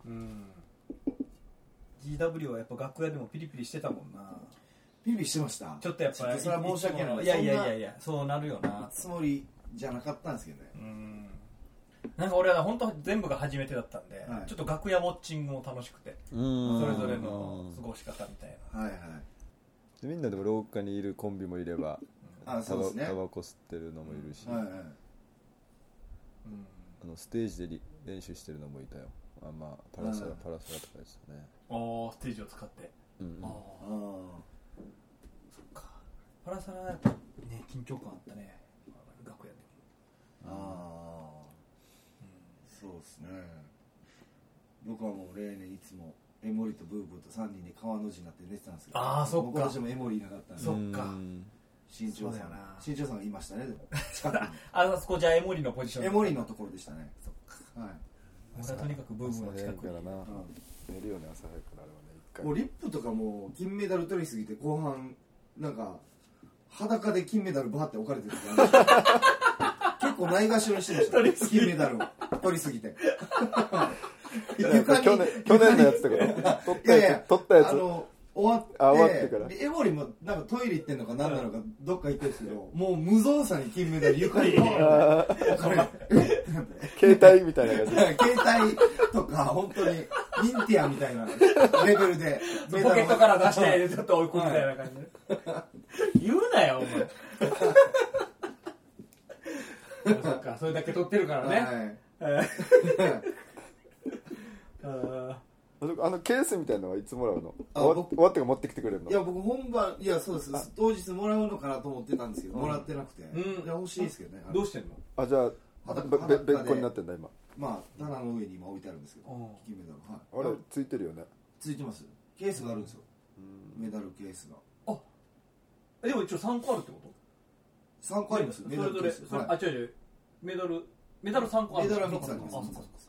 GW はやっぱ楽屋でもピリピリしてたもんな。 ピリピリしてました。 ちょっとやっぱりそれは申し訳ない。 いやそうなるよな。 つもりじゃなかったんですけどね。 なんか俺は本当全部が初めてだったんで、はい、ちょっと楽屋ウォッチングも楽しくて、それぞれの過ごし方みたいな。はいはい。 みんなでも廊下にいるコンビもいれば、 そうですね、 タバコ吸ってるのもいるし、はいはい、ステージで練習してるのもいたよ。まあパラサラとかですよね。 ステージを使って。そっか。パラサラやっぱね緊張感あったね。楽屋で。 そうですね。僕はもう例年いつもエモリとブーブーと3人で川の字になって寝てたんですけど、 そっか。 今年もエモリいなかったんで。 そっか。 新庄さんがいましたね。でも近くにあそこじゃあエモリのポジション。 エモリのところでしたね。 そっか。はい。俺はとにかくブーブーの近くに。 寝るよね、朝早くなるわね。一回。 もうリップとかも金メダル取りすぎて後半なんか裸で金メダルバーって置かれてる時結構ないがしろにしてました。金メダルを取りすぎて。 去年のやつとか取ったやつ終わってからエモリもなんかトイレ行ってんのか何なのかどっか行ってるんですけど、もう無造作に金メダル床に携帯みたいな感じ携帯とか本当にミンティアみたいなレベルでポケットから出してちょっと追い込むみたいな感じで言うなよお前そっか、それだけ取ってるからね。 ケースみたいなのはいつもらうの？終わってから持ってきてくれるの？ いや僕本番そうです。当日もらうのかなと思ってたんですけど、もらってなくて。欲しいですけどね。 どうしてんの？ じゃあ別個になってんだ今。 まあ棚の上に今置いてあるんですけど、金メダル。あれついてるよね。 ついてます。ケースがあるんですよ。メダルケースが。 でも一応3個あるってこと？ 3個あります。 それぞれ違うメダル3個ある。 メダルは3つあります。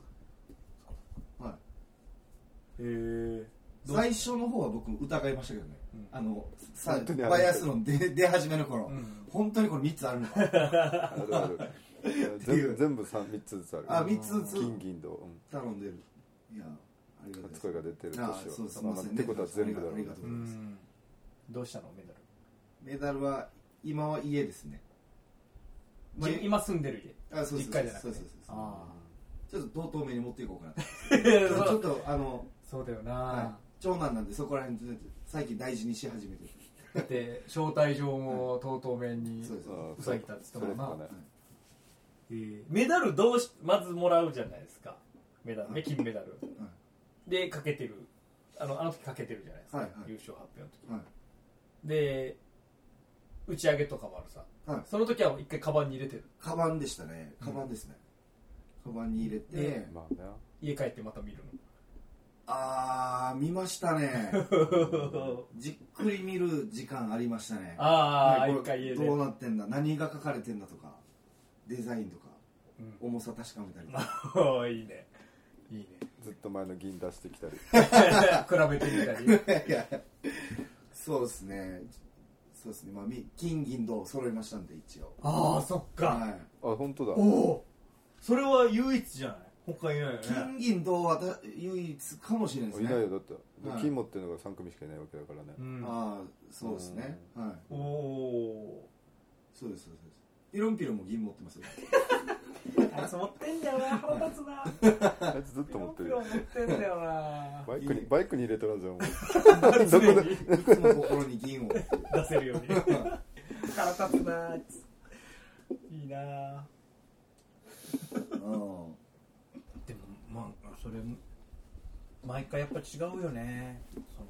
最初の方は僕疑いましたけどね、バイアスの出始めの頃、本当にこれ3つあるのか全部3つずつある。 3つずつ金銀銅頼んでる。いやありがとうございます。 声が出てる年はそうすいませんってことは全部だろう。 ありがとうございます。 どうしたのメダルは今は家ですね。 今住んでる家。 実家じゃなくて。 ちょっと遠目に持っていこうかなちょっとそうだよな、 長男なんでそこら辺最近大事にし始めてるで招待状もとうとう面にうさぎたって言ったもんな。メダルまずもらうじゃないですか。メダル金メダルでかけてるあの時かけてるじゃないですか、優勝発表の時で打ち上げとかもあるさ、その時は一回カバンに入れてる。 カバンでしたね。カバンですね。カバンに入れて家帰ってまた見るの？ 見ましたねじっくり見る時間ありましたね。 一回家でどうなってんだ、何が書かれてんだとか、デザインとか、重さ確かめたりとかいいねいいね。 ずっと前の銀出してきたり比べてみたりそうですね。まあ金銀銅揃いましたんで一応。 そっか。 本当だ。 それは唯一じゃない？他いないよね。 金銀銅は唯一かもしれないですね。 いないよ、だって金持ってるのが3組しかいないわけだからね。そうですね。そうです。ピロンピロンも銀持ってますよ。 あいつ持ってんだよな、腹立つな。 あいつずっと持ってる。 ピロン持ってんだよな。 バイクに入れとらんじゃん。 いつも心に銀を出せるように。腹立つな。いいな。でもそれ毎回やっぱ違うよね。その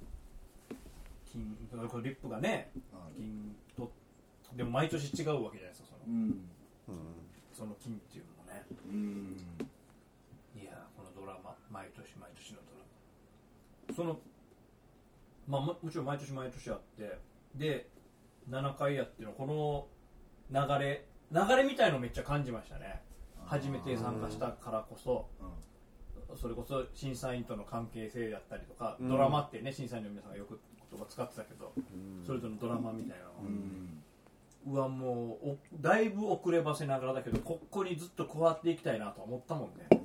金リップがね、金とでも毎年違うわけじゃないですか。その金っていうのもね。いやこのドラマ毎年のドラマもちろん毎年あってで7回やってるのこの流れみたいのめっちゃ感じましたね。初めて参加したからこそ、それこそ審査員との関係性だったりとか、ドラマってね審査員の皆さんがよく言葉使ってたけど、それぞれのドラマみたいなのもうだいぶ遅ればせながらだけどここにずっと加わっていきたいなと思ったもんね。毎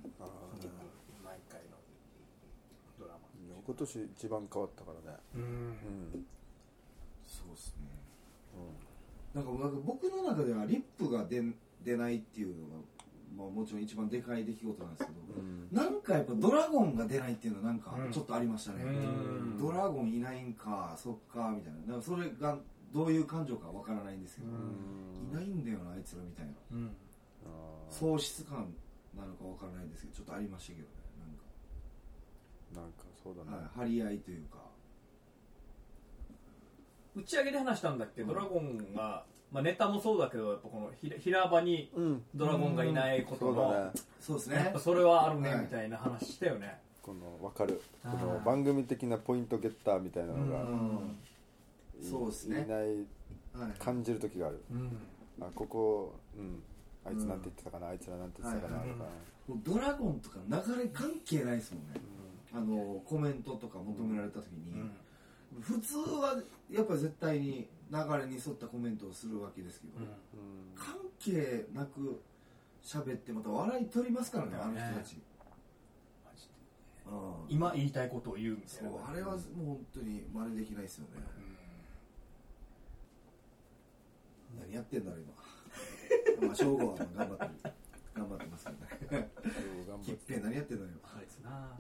回のドラマ今年一番変わったからね。 そうですね。なんか僕の中ではリップが出ないっていうのがまあ、もちろん一番でかい出来事なんですけど、なんかやっぱドラゴンが出ないっていうのはなんかちょっとありましたね、ドラゴンいないんかそっかみたいな。だからそれがどういう感情かわからないんですけど、いないんだよなあいつらみたいな、喪失感なのかわからないですけどちょっとありましたけどね。 なんかそうだね、 張り合いというか。 打ち上げで話したんだっけ、ドラゴンが、まあ、ネタもそうだけどやっぱこの平場にドラゴンがいないことの、 そうですね、 やっぱそれはあるねみたいな話したよね。 この分かる、この番組的なポイントゲッターみたいなのがそうですね、 いない感じる時がある、あここ、あいつなんて言ってたかな、あいつらなんて言ってたかなとか、 ドラゴンとか流れ関係ないですもんね、コメントとか求められた時に、普通はやっぱり絶対に流れに沿ったコメントをするわけですけど、関係なく喋ってまた笑い取りますからね、あの人たち。 今言いたいことを言うみたいな。 あれはもう本当に真似できないですよね。何やってんだろう今。まあ正吾は頑張ってますけどね。きっぺ何やってんのよ。 あいつな。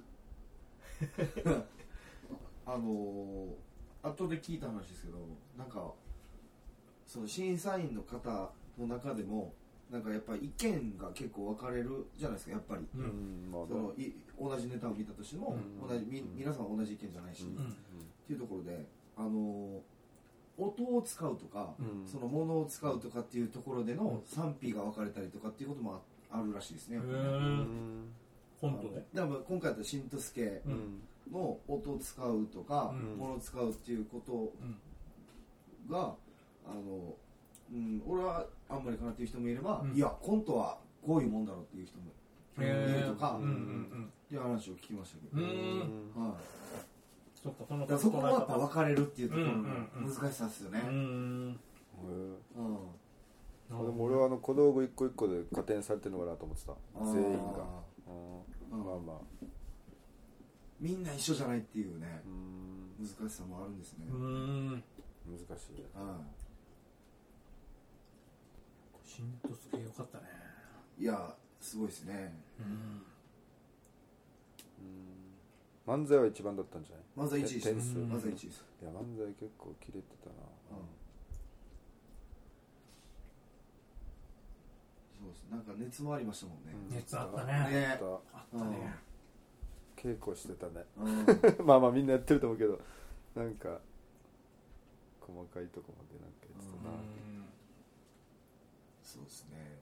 後で聞いた話ですけど、なんかその審査員の方の中でもなんかやっぱり意見が結構分かれるじゃないですか、やっぱり、その同じネタを見たとしても、皆さん同じ意見じゃないし、っていうところで音を使うとか、その物を使うとかっていうところでの賛否が分かれたりとかっていうこともあるらしいですね。 本当ね。 だから今回だったらしんとすけの音を使うとか、物を使うっていうことが俺はあんまりかなっていう人もいれば、いやコントはこういうもんだろうっていう人もいるとかっていう話を聞きましたけど、そこもやっぱ分かれるっていうところの難しさですよね。 でも俺は小道具一個一個で加点されてるのかなと思ってた、全員が。まあまあみんな一緒じゃないっていうね、難しさもあるんですね。 難しい。 しんとすけよかったね。 いやすごいですね。 漫才は一番だったんじゃない？ 漫才1位です。 点数漫才1位です。 いや漫才結構キレてたな。 そうです。なんか熱もありましたもんね。 熱あったね。 あったね。 稽古してたね。まあまあみんなやってると思うけど、なんか細かいとこまでなんかやってたな。 そうですね。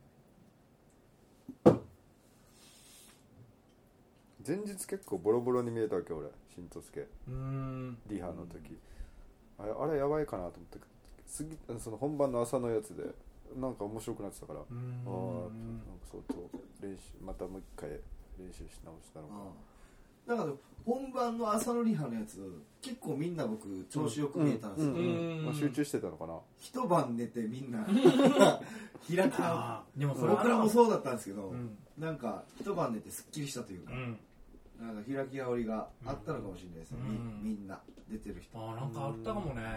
前日結構ボロボロに見えたわけ俺、しんとすけ。リハの時、あれやばいかなと思って、その本番の朝のやつでなんか面白くなってたから、なんか相当練習またもう一回練習し直したのかな。だから本番の朝のリハのやつ結構みんな僕調子よく見えたんですよ。 集中してたのかな。一晩寝てみんな開き直でも僕らもそうだったんですけど、なんか一晩寝てすっきりしたというか、なんか開き直りがあったのかもしれないですね。みんな出てる人。 なんかあったかもね。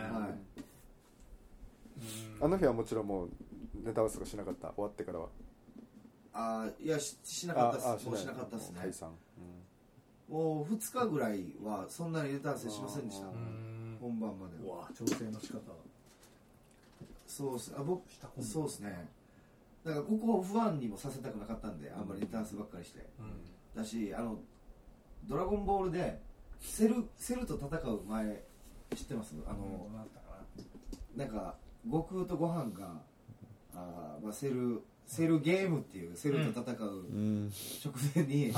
あの日はもちろんもうネタ合わせとかしなかった、終わってからは。 いや しなかったです。もうしなかったですね。 解散。 もう2日ぐらいはそんなにネタ合わせしませんでした。本番まで。 うわ調整の仕方。 そうですね。そうですね。だからここを不安にもさせたくなかったんで、あんまりネタ合わせばっかりして。だしドラゴンボールでセルと戦う前知ってます？なんか悟空とご飯がセルゲームっていうセルと戦う直前に、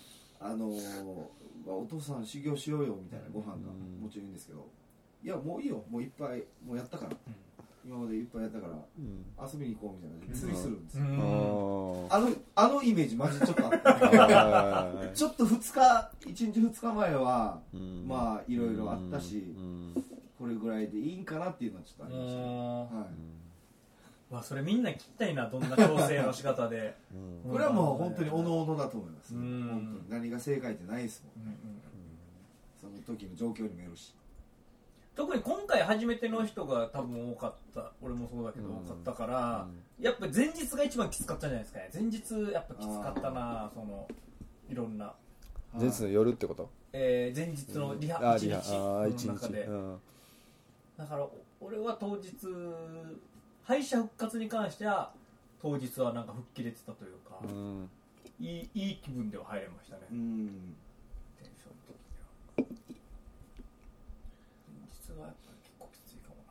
お父さん修行しようよみたいなご飯がもちろんいいんですけど、いやもういいよ、もういっぱいもうやったから、今までいっぱいやったから遊びに行こうみたいな感じで釣りするんですよ。あのイメージマジちょっとあってちょっと1日2日前はまあいろいろあったし、これぐらいでいいんかなっていうのはちょっとありましたね。 それみんな聞きたいな、どんな調整の仕方で。 これはもう本当におのおのだと思います。本当に何が正解ってないですもん。その時の状況にもよるし。 特に今回初めての人が多分多かった、俺もそうだけど多かったから、やっぱ前日が一番きつかったんじゃないですかね。前日やっぱきつかったな、そのいろんな前日の夜ってこと？ 前日のリハ1日の中で、だから俺は当日敗者復活に関しては当日はなんか吹っ切れてたというか、いい気分では入れましたね。テンション的には前日はやっぱり結構きついかも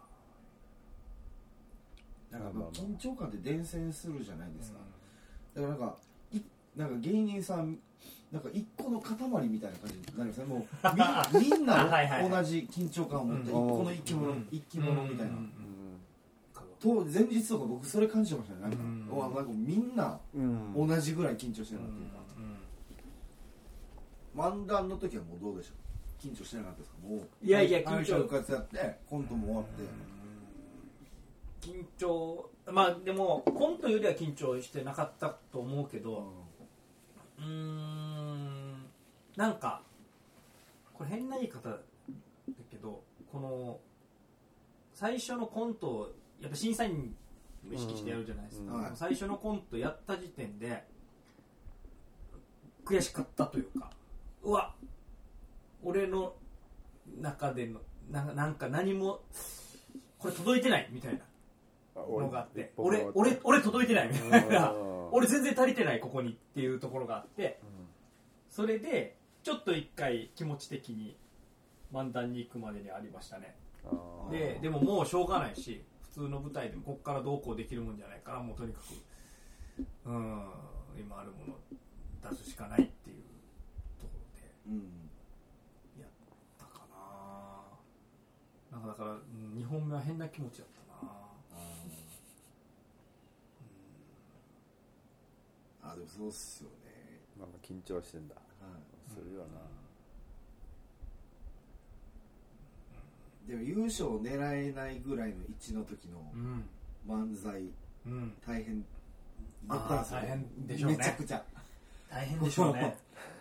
な。なんか緊張感って伝染するじゃないですか。だからなんか芸人さんなんか一個の塊みたいな感じになりますね。もうみんな同じ緊張感を持って一個の生き物みたいな。前日とか僕それ感じてましたね。なんかみんな同じぐらい緊張してるなっていうか。漫談の時はもうどうでしょう。緊張してなかったですか。もういや緊張復活やってコントも終わって緊張、まあでもコントよりは緊張してなかったと思うけど、なんかこれ変な言い方だけど、この最初のコントをやっぱ審査員を意識してやるじゃないですか。最初のコントやった時点で悔しかったというか、うわ俺の中でのなんか何もこれ届いてないみたいなのがあって、俺届いてないみたいな俺全然足りてないここにっていうところがあって、それでちょっと一回気持ち的に漫談に行くまでにありましたね。でももうしょうがないし、普通の舞台でもここからどうこうできるもんじゃないから、もうとにかく今あるものを出すしかないっていうところでやったかな。なんかだから2本目は変な気持ちだったな。 でもそうっすよね。 まあ緊張してんだ。するよな。 でも優勝を狙えないぐらいの位置の時の漫才、大変だったんですよ。 大変でしょうね。 めちゃくちゃ大変でしょうね。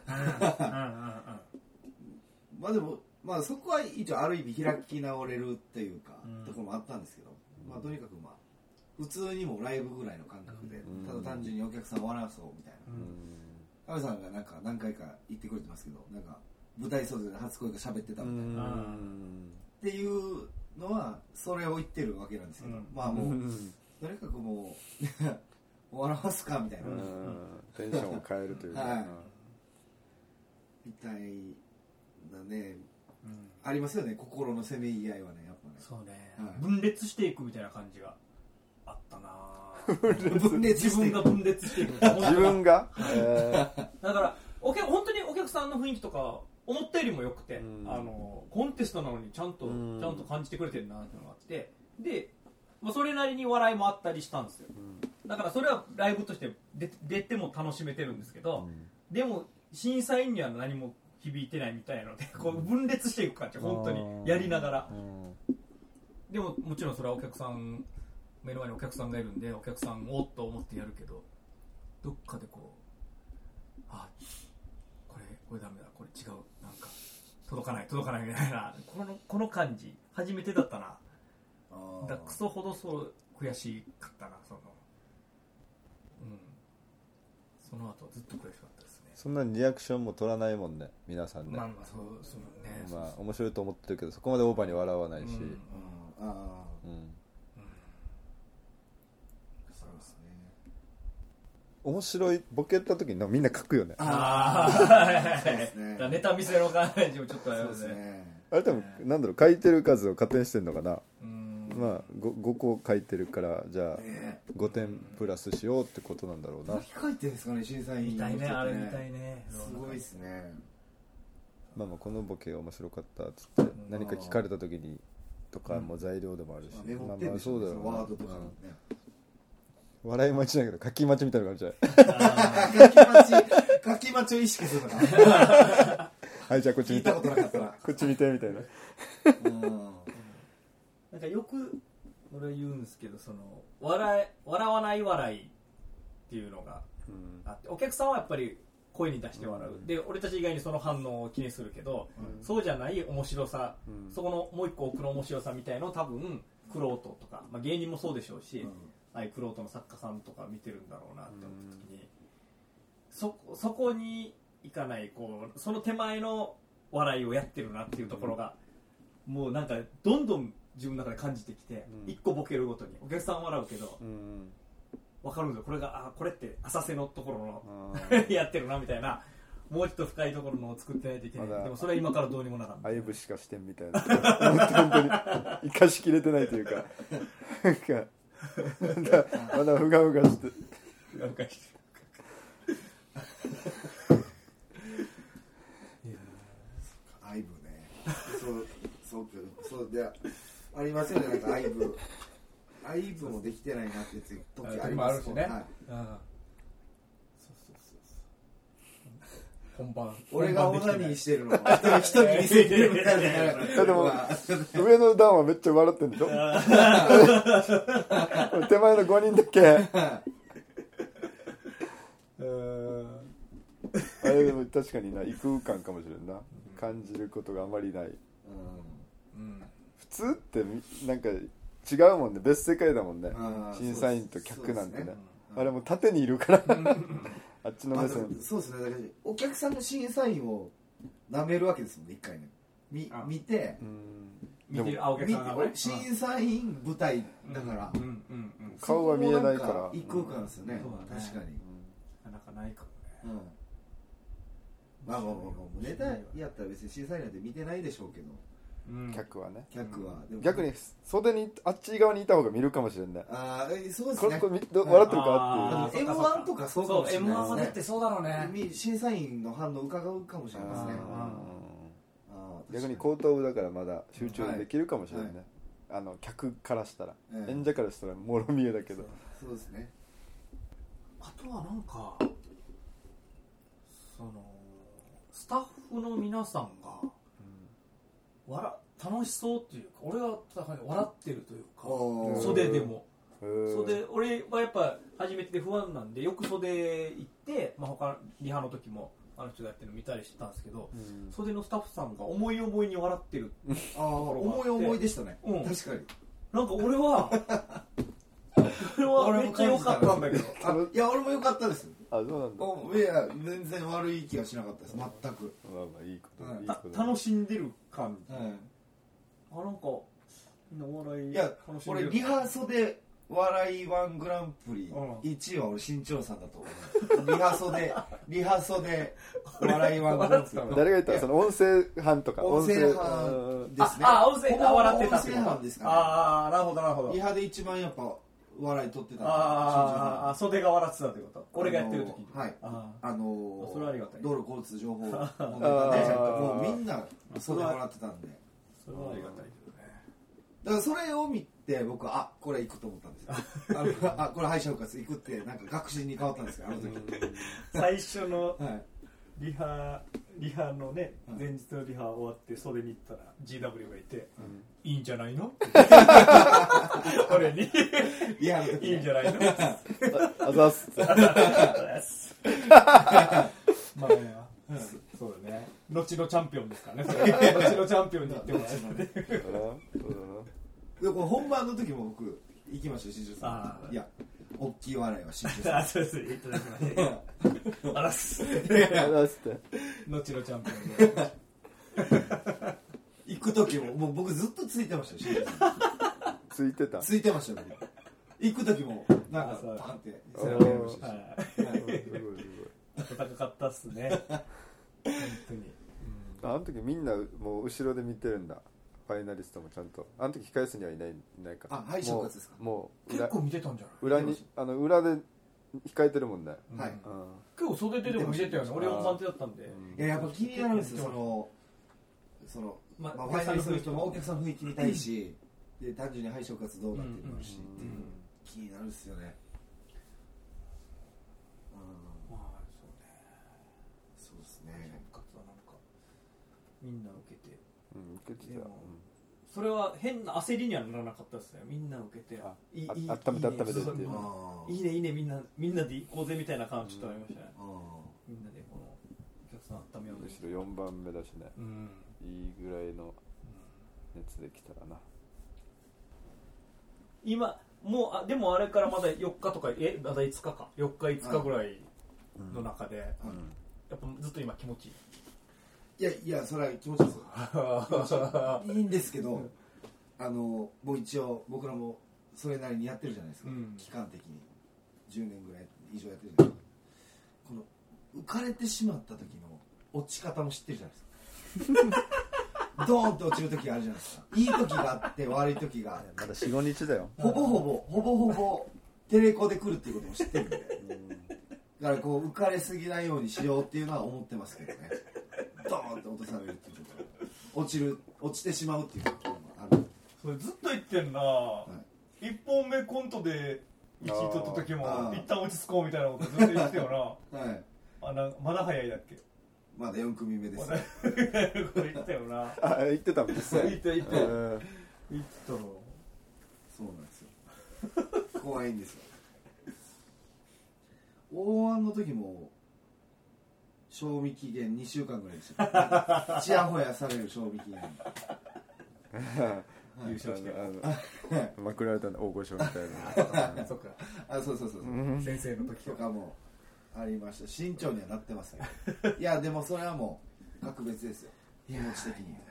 まあでもまあそこは一応ある意味開き直れるっていうか、ところもあったんですけど、まあとにかくまあ普通にもライブぐらいの感覚で、ただ単純にお客さんを笑わそうみたいな。亀さんがなんか何回か言ってくれてますけど、なんか舞台袖で初恋が喋ってたみたいなっていうのはそれを言ってるわけなんですけど、まあもうとにかくもう笑わすかみたいな、 テンションを変えるというか、 みたいなね、ありますよね、心のせめぎ合いはね、やっぱね。 そうね、分裂していくみたいな感じがあったな。自分が分裂していく。 自分がだから本当にお客さんの雰囲気とか思ったよりも良くて、コンテストなのにちゃんと感じてくれてるなっていうのがあって、で、まあ、それなりに笑いもあったりしたんですよ。だからそれはライブとして出ても楽しめてるんですけど、でも審査員には何も響いてないみたいなので、こう分裂していく感じ、本当にやりながら。でももちろんそれはお客さん、目の前にお客さんがいるんで、お客さんをと思ってやるけど、どっかでこう、これダメだ、これ違う、なんか届かないみたいな、この感じ初めてだったな。だクソほどそう悔しかったな、その後ずっと悔しかったですね。 そんなにリアクションも取らないもんね、皆さんね。 まあそうね。 まあ面白いと思ってるけど、そこまでオーバーに笑わないし。面白いボケた時にみんな書くよね。 そうですね。ネタ見せの感じもちょっとあれですね。 あれ多分なんだろう、書いてる数を加点してんのかな。まあ 5個書いてるからじゃあ5点プラスしようってことなんだろうな。 何書いてるんですかね、審査員。 みたいね、あれみたいね。 すごいですね。 まあこのボケが面白かったっつって何か聞かれた時にとかも材料でもあるし、 まあそうだよ、ワードとかね。 笑い待ちだけど書き待ちみたいな感じじゃ書き待ちを意識するのか。 はい、じゃあこっち見て、 聞いたことなかったらこっち見てみたいな。 なんかよく俺は言うんですけど、その笑わない笑いっていうのがあって、お客さんはやっぱり声に出して笑う、で俺たち以外にその反応を気にするけど、そうじゃない面白さ、そこのもう一個奥の面白さみたいのを多分玄人とか、芸人もそうでしょうし、ああいう玄人の作家さんとか見てるんだろうなって思った時に、そこにいかないこうその手前の笑いをやってるなっていうところが、もうなんかどんどん自分の中で感じてきて、一個ボケるごとにお客さん笑うけど、分かるんですよ、これがこれって浅瀬のところのやってるなみたいな、もうちょっと深いところのを作ってないといけない、でもそれは今からどうにもならない、 あゆぶしかしてんみたいな本当に生かしきれてないというかなんかまだふがふがしてふがふがしてアイブね、そうでありますよね、なんかアイブもできてないなって時ありますね。本番俺がオナニーしてるのを一人見せてるみたいな。 でも上の段はめっちゃ笑ってんでしょ手前の5人だけあれでも確かにな異空間かもしれんな、感じることがあまりない、普通ってなんか違うもんね、別世界だもんね、審査員と客なんて ね、あれも縦にいるからあっちの目線、 そうですね、だからお客さんの審査員を舐めるわけですもんね、一回ね見て、 お客さんがね審査員舞台だから、 顔は見えないから異空間ですよね、確かになかなかないかもね、 ネタやったら別に審査員なんて見てないでしょうけど、 客はね、 逆に袖にあっち側にいた方が見るかもしれない。 ああ、そうですね。 これ笑ってるかっていう。 M1 とかそうかもしれないですね。 M1 はだってそうだろうね。 審査員の反応を伺うかもしれないですね。 逆に後頭部だからまだ集中できるかもしれないね。客からしたら、演者からしたらもろ見えだけど。 そうですね。 あとはなんかスタッフの皆さんが楽しそうっていうか、俺は笑ってるというか、袖でも俺はやっぱ初めてで不安なんでよく袖行って、他リハの時もあの人がやってるの見たりしてたんですけど、袖のスタッフさんが思い思いに笑ってる思い思いでしたね、確かに。 なんか俺はめっちゃ良かったんだけどいや俺も良かったです。 そうなんだ。 いや全然悪い気がしなかったです、全く。 いいこと楽しんでる感じ、なんかみんなお笑い楽しんでる。 俺リハ袖笑いワングランプリ1位は俺新潮さんだと思う。リハ袖笑いワングランプリ誰が言ったらその音声班とか音声班ですね。 音声が笑ってたって音声班ですかね。 なるほどなるほど。 リハで一番やっぱ笑い取ってた。 袖が笑ってたってこと。俺がやってる時に。 はい。 それはありがたい。 道路交通情報のネタでもうみんな袖笑ってたんで。 それはありがたいけどね。 だからそれを見て僕はこれ行くと思ったんですよ。これ敗者復活行くってなんか確信に変わったんですよ、あの時。 最初のリハのね、前日のリハ終わって袖に行ったら GW がいて、いいんじゃないの俺にいいんじゃないのあざっすまあね、そうだね、後のチャンピオンですからね、後のチャンピオンに言ってもらえるでこの本番の時も僕行きましたよ、新庄さん。いや大きい笑いは新庄さん。 そうです、いただきましたあらっすあらっすって後のチャンピオンで行く時ももう僕ずっとついてましたよ、新庄さん。ついてましたよ、行く時もなんかパンって背中やりましたし。 暖かかったっすね本当に。 あの時みんなもう後ろで見てるんだ、ファイナリストもちゃんと。あの時控え室にはいないか。 敗者復活ですか。 もう結構見てたんじゃない。裏で控えてるもんね。 はい。 結構袖ででも見てたよね。俺4番手だったんで。 やっぱ気になるんですよ、ファイナリストの人もお客さんの雰囲気見たいし、で単純に敗者復活どうなってるのしっていう気になるんですよね。そうですね。 復活はなんかみんな受けて。 受けてた。 それは変な焦りにはならなかったですね。みんな受けて、 温めてっていう。 いいねみんなで行こうぜみたいな感じとありましたね。みんなでこのむしろ4番目だしね、いいぐらいの熱できたらな。 今もうでもあれからまだ4日とかまだ5日か4日5日ぐらいの中で、やっぱずっと今気持ちいい。 いやそれは気持ちいいですよいいんですけど、もう一応僕らもそれなりにやってるじゃないですか、期間的に10年ぐらい以上やってるじゃないですか。この浮かれてしまった時の落ち方も知ってるじゃないですかドーンと落ちる時があるじゃないですか。いい時があって悪い時がまだ 4,5 日だよ。 ほぼテレコで来るっていうことも知ってるんで、だからこう浮かれすぎないようにしようっていうのは思ってますけどね。ドーンって落とされるっていうこと落ちてしまうっていうこともある。 それずっと言ってんな、1本目コントで1位取った時も一旦落ち着こうみたいなことずっと言ってよな、まだ早いだっけ。 まだ4組目ですね。 これ言ったよな。 言ってたもんですね。 言ったの。 そうなんですよ。怖いんですよ。大安の時も賞味期限2週間ぐらいでした。ちやほやされる賞味期限。 優勝してまくられた大御所みたいな。 そっか。 そう先生の時とかもありました。慎重にはなってますけど。いやでもそれはもう格別ですよ。気持ち的に。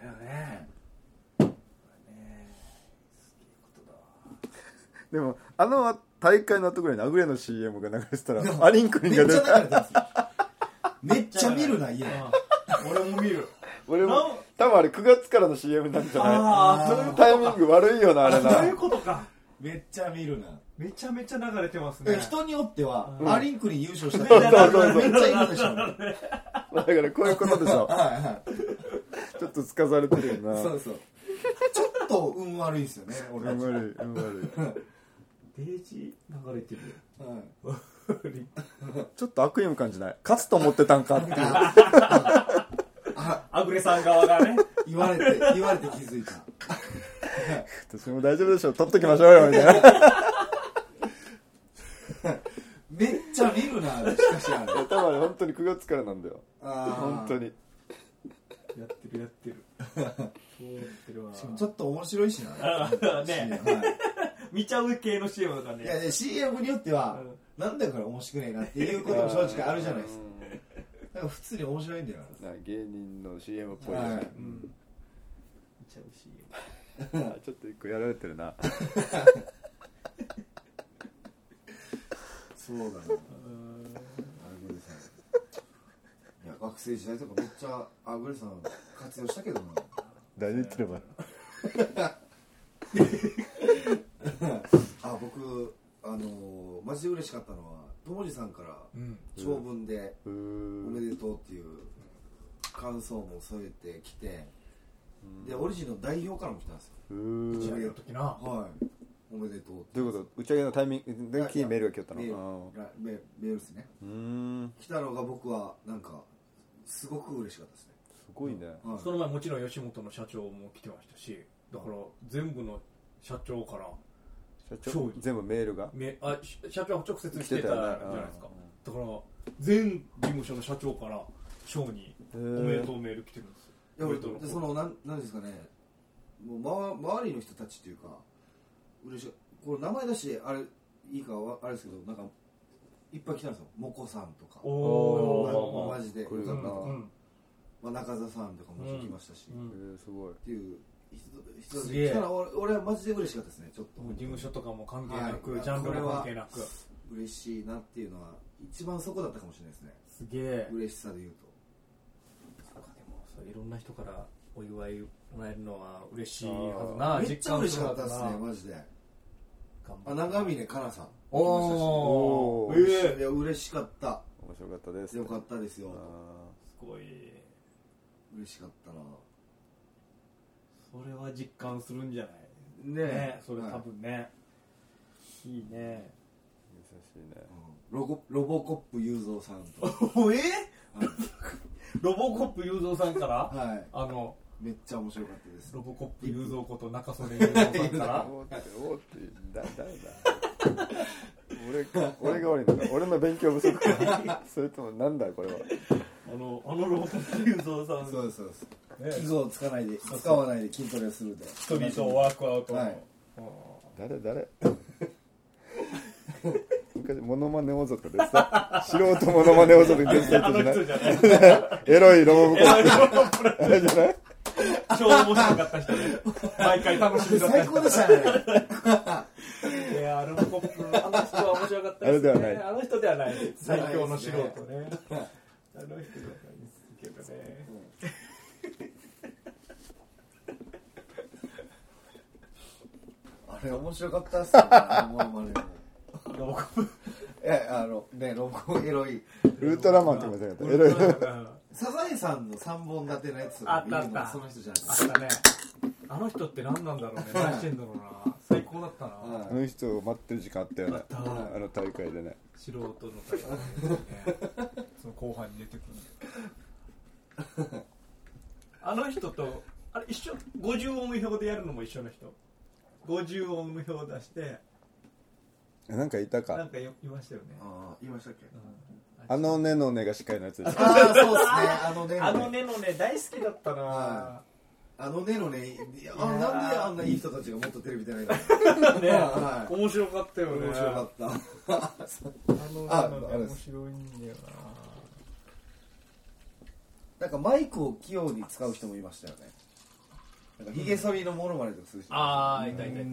でも大会の後ぐらいにアグレの CM が流れてたらアリンクリンが出た。 めっちゃ見るな家。 俺も見る。 俺も多分あれ9月からの CM なんじゃない？そういうタイミング悪いよなあれな。 そういうことか。 めっちゃ見るな。 めちゃめちゃ流れてますね。 人によってはアリンクリン優勝したらめっちゃいるでしょ。だからこういうことでしょ。ちょっとつかされてるよな。 そうちょっと運悪いですよね。俺たち。 運悪い。 デージ流れてる。 ちょっと悪意も感じない。勝つと思ってたんかっていう。 アグレさん側がね言われて気づいた。 私も大丈夫でしょう。取っときましょうよみたいな。 めっちゃ見るな。しかしあれ。 多分本当に9月からなんだよ。本当に。 やってる。そうやってるわ。 ちょっと面白いしな。 ね。見ちゃう系の CM とかね。 いや CM によってはなんだから面白くないなっていうことも正直あるじゃないですか。だから普通に面白いんだよな。 芸人の CM っぽいね。 見ちゃう CM。 ちょっと一個やられてるな。 そうだな。いや学生時代とかめっちゃアグレさん活用したけどな。 誰言ってれば。 僕マジで嬉しかったのは友治さんから長文でおめでとうっていう感想も添えてきて、でオリジンの代表からも来たんですよ。 打ち上げの時な。 はい。おめでとう。 どういうこと？打ち上げのタイミングでメールが来たの？ メールですね。来たのが僕はなんかすごく嬉しかったですね。 すごいね。 その前もちろん吉本の社長も来てましたし、だから全部の社長から全部メールが社長は直接来てたじゃないですか。だから全事務所の社長から賞におめでとうメール来てるんですよ。 そのなんですかね、もう周りの人たちっていうか嬉しい。これ名前出してあれいいかあれですけど、なんかいっぱい来たんですよ。モコさんとかマジでよかったとか、中澤さんとかも来ましたし、 すごいっていう人たち来たら俺はマジで嬉しかったですね。ちょっと事務所とかも関係なく、ジャンルも関係なく嬉しいなっていうのは一番そこだったかもしれないですね。 すげえ嬉しさで言うと。 でもそういろんな人からお祝いもらえるのは嬉しいはずな。 めっちゃ嬉しかったですねマジで。長峰かなさん。いや嬉しかった。 面白かったです。 よかったですよ。 すごい嬉しかったな。 それは実感するんじゃないね。それ多分ね、いいね。 優しいね。 ロボコップ雄三さんとロボコップ雄三さんから、 はい、めっちゃ面白かったです。 ロボコップ雄三こと中曽根雄三さんから俺が悪いのか。俺の勉強不足か。それともなんだこれは。 ロボコップ雄三さんそうです器具を使わないで筋トレをするでストリートワークアウトの、はい、 誰昔モノマネ王族でさ素人モノマネ王族に出てた人じゃないエロいロボコップあれじゃない、 超面白かった人ね。毎回楽しみだった。 最高でしたね。 いやロボコップあの人は面白かったですね。あの人ではない。最強の素人ね。あの人ではないですけどね。 あれ面白かったっすね。 ロボコップ。 ロボコエロい。 ウルトラマンって言いませんか。エロい。 サザエさんの3本立てのやつあったその人じゃないですか。あったね。あの人って何なんだろうね。何してんだろうな。最高だったな。 あの人を待ってる時間あったよね。あの大会でね。 素人の大会でね。その後半に出てくる。あの人とあれ一緒50音表でやるのも一緒の人。50音表出してなんかいたか。 なんかいましたよね。 言いましたっけ？ あのねのねが司会のやつです。 そうですね。 あのねのね大好きだったな。 あのねのね、なんであんないい人たちがもっとテレビ出ないの？ ね、面白かったよね。 面白かった。 あのねのね面白いんだよな。なんかマイクを器用に使う人もいましたよね。なんかヒゲ剃りのモノマネとかする人。 いたよ。 面白か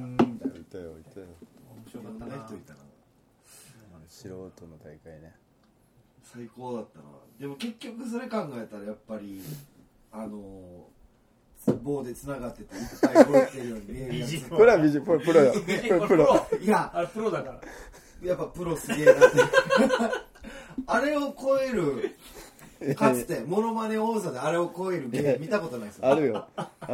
ったな。 素人の大会ね。 最高だったな。でも結局それ考えたらやっぱり棒で繋がってていっぱい動いてるように見えるやつ。 これはプロよ。プロ。 いや、 あれプロだから。 やっぱプロすげえなって。あれを超える。かつてモノマネ王座であれを超えるゲーム見たことないですよ。 あるよ。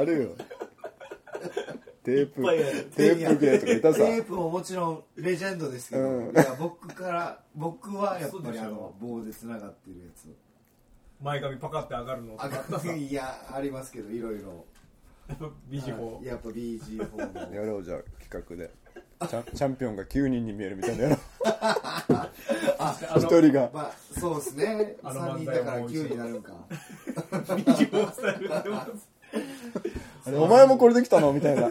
テープゲーとかいたさ。 テープももちろんレジェンドですけど、いや僕はやっぱり棒で繋がってるやつ。 前髪パカって上がるの。 いやありますけどいろいろ。 BG4。 やっぱ BG4 の。 やろうじゃあ企画で。チャンピオンが9人に見えるみたいなやろ。一人が。 まあそうですね。3人だから9になるんか。 BG4 スタイルでも。 お前もこれできたのみたいな。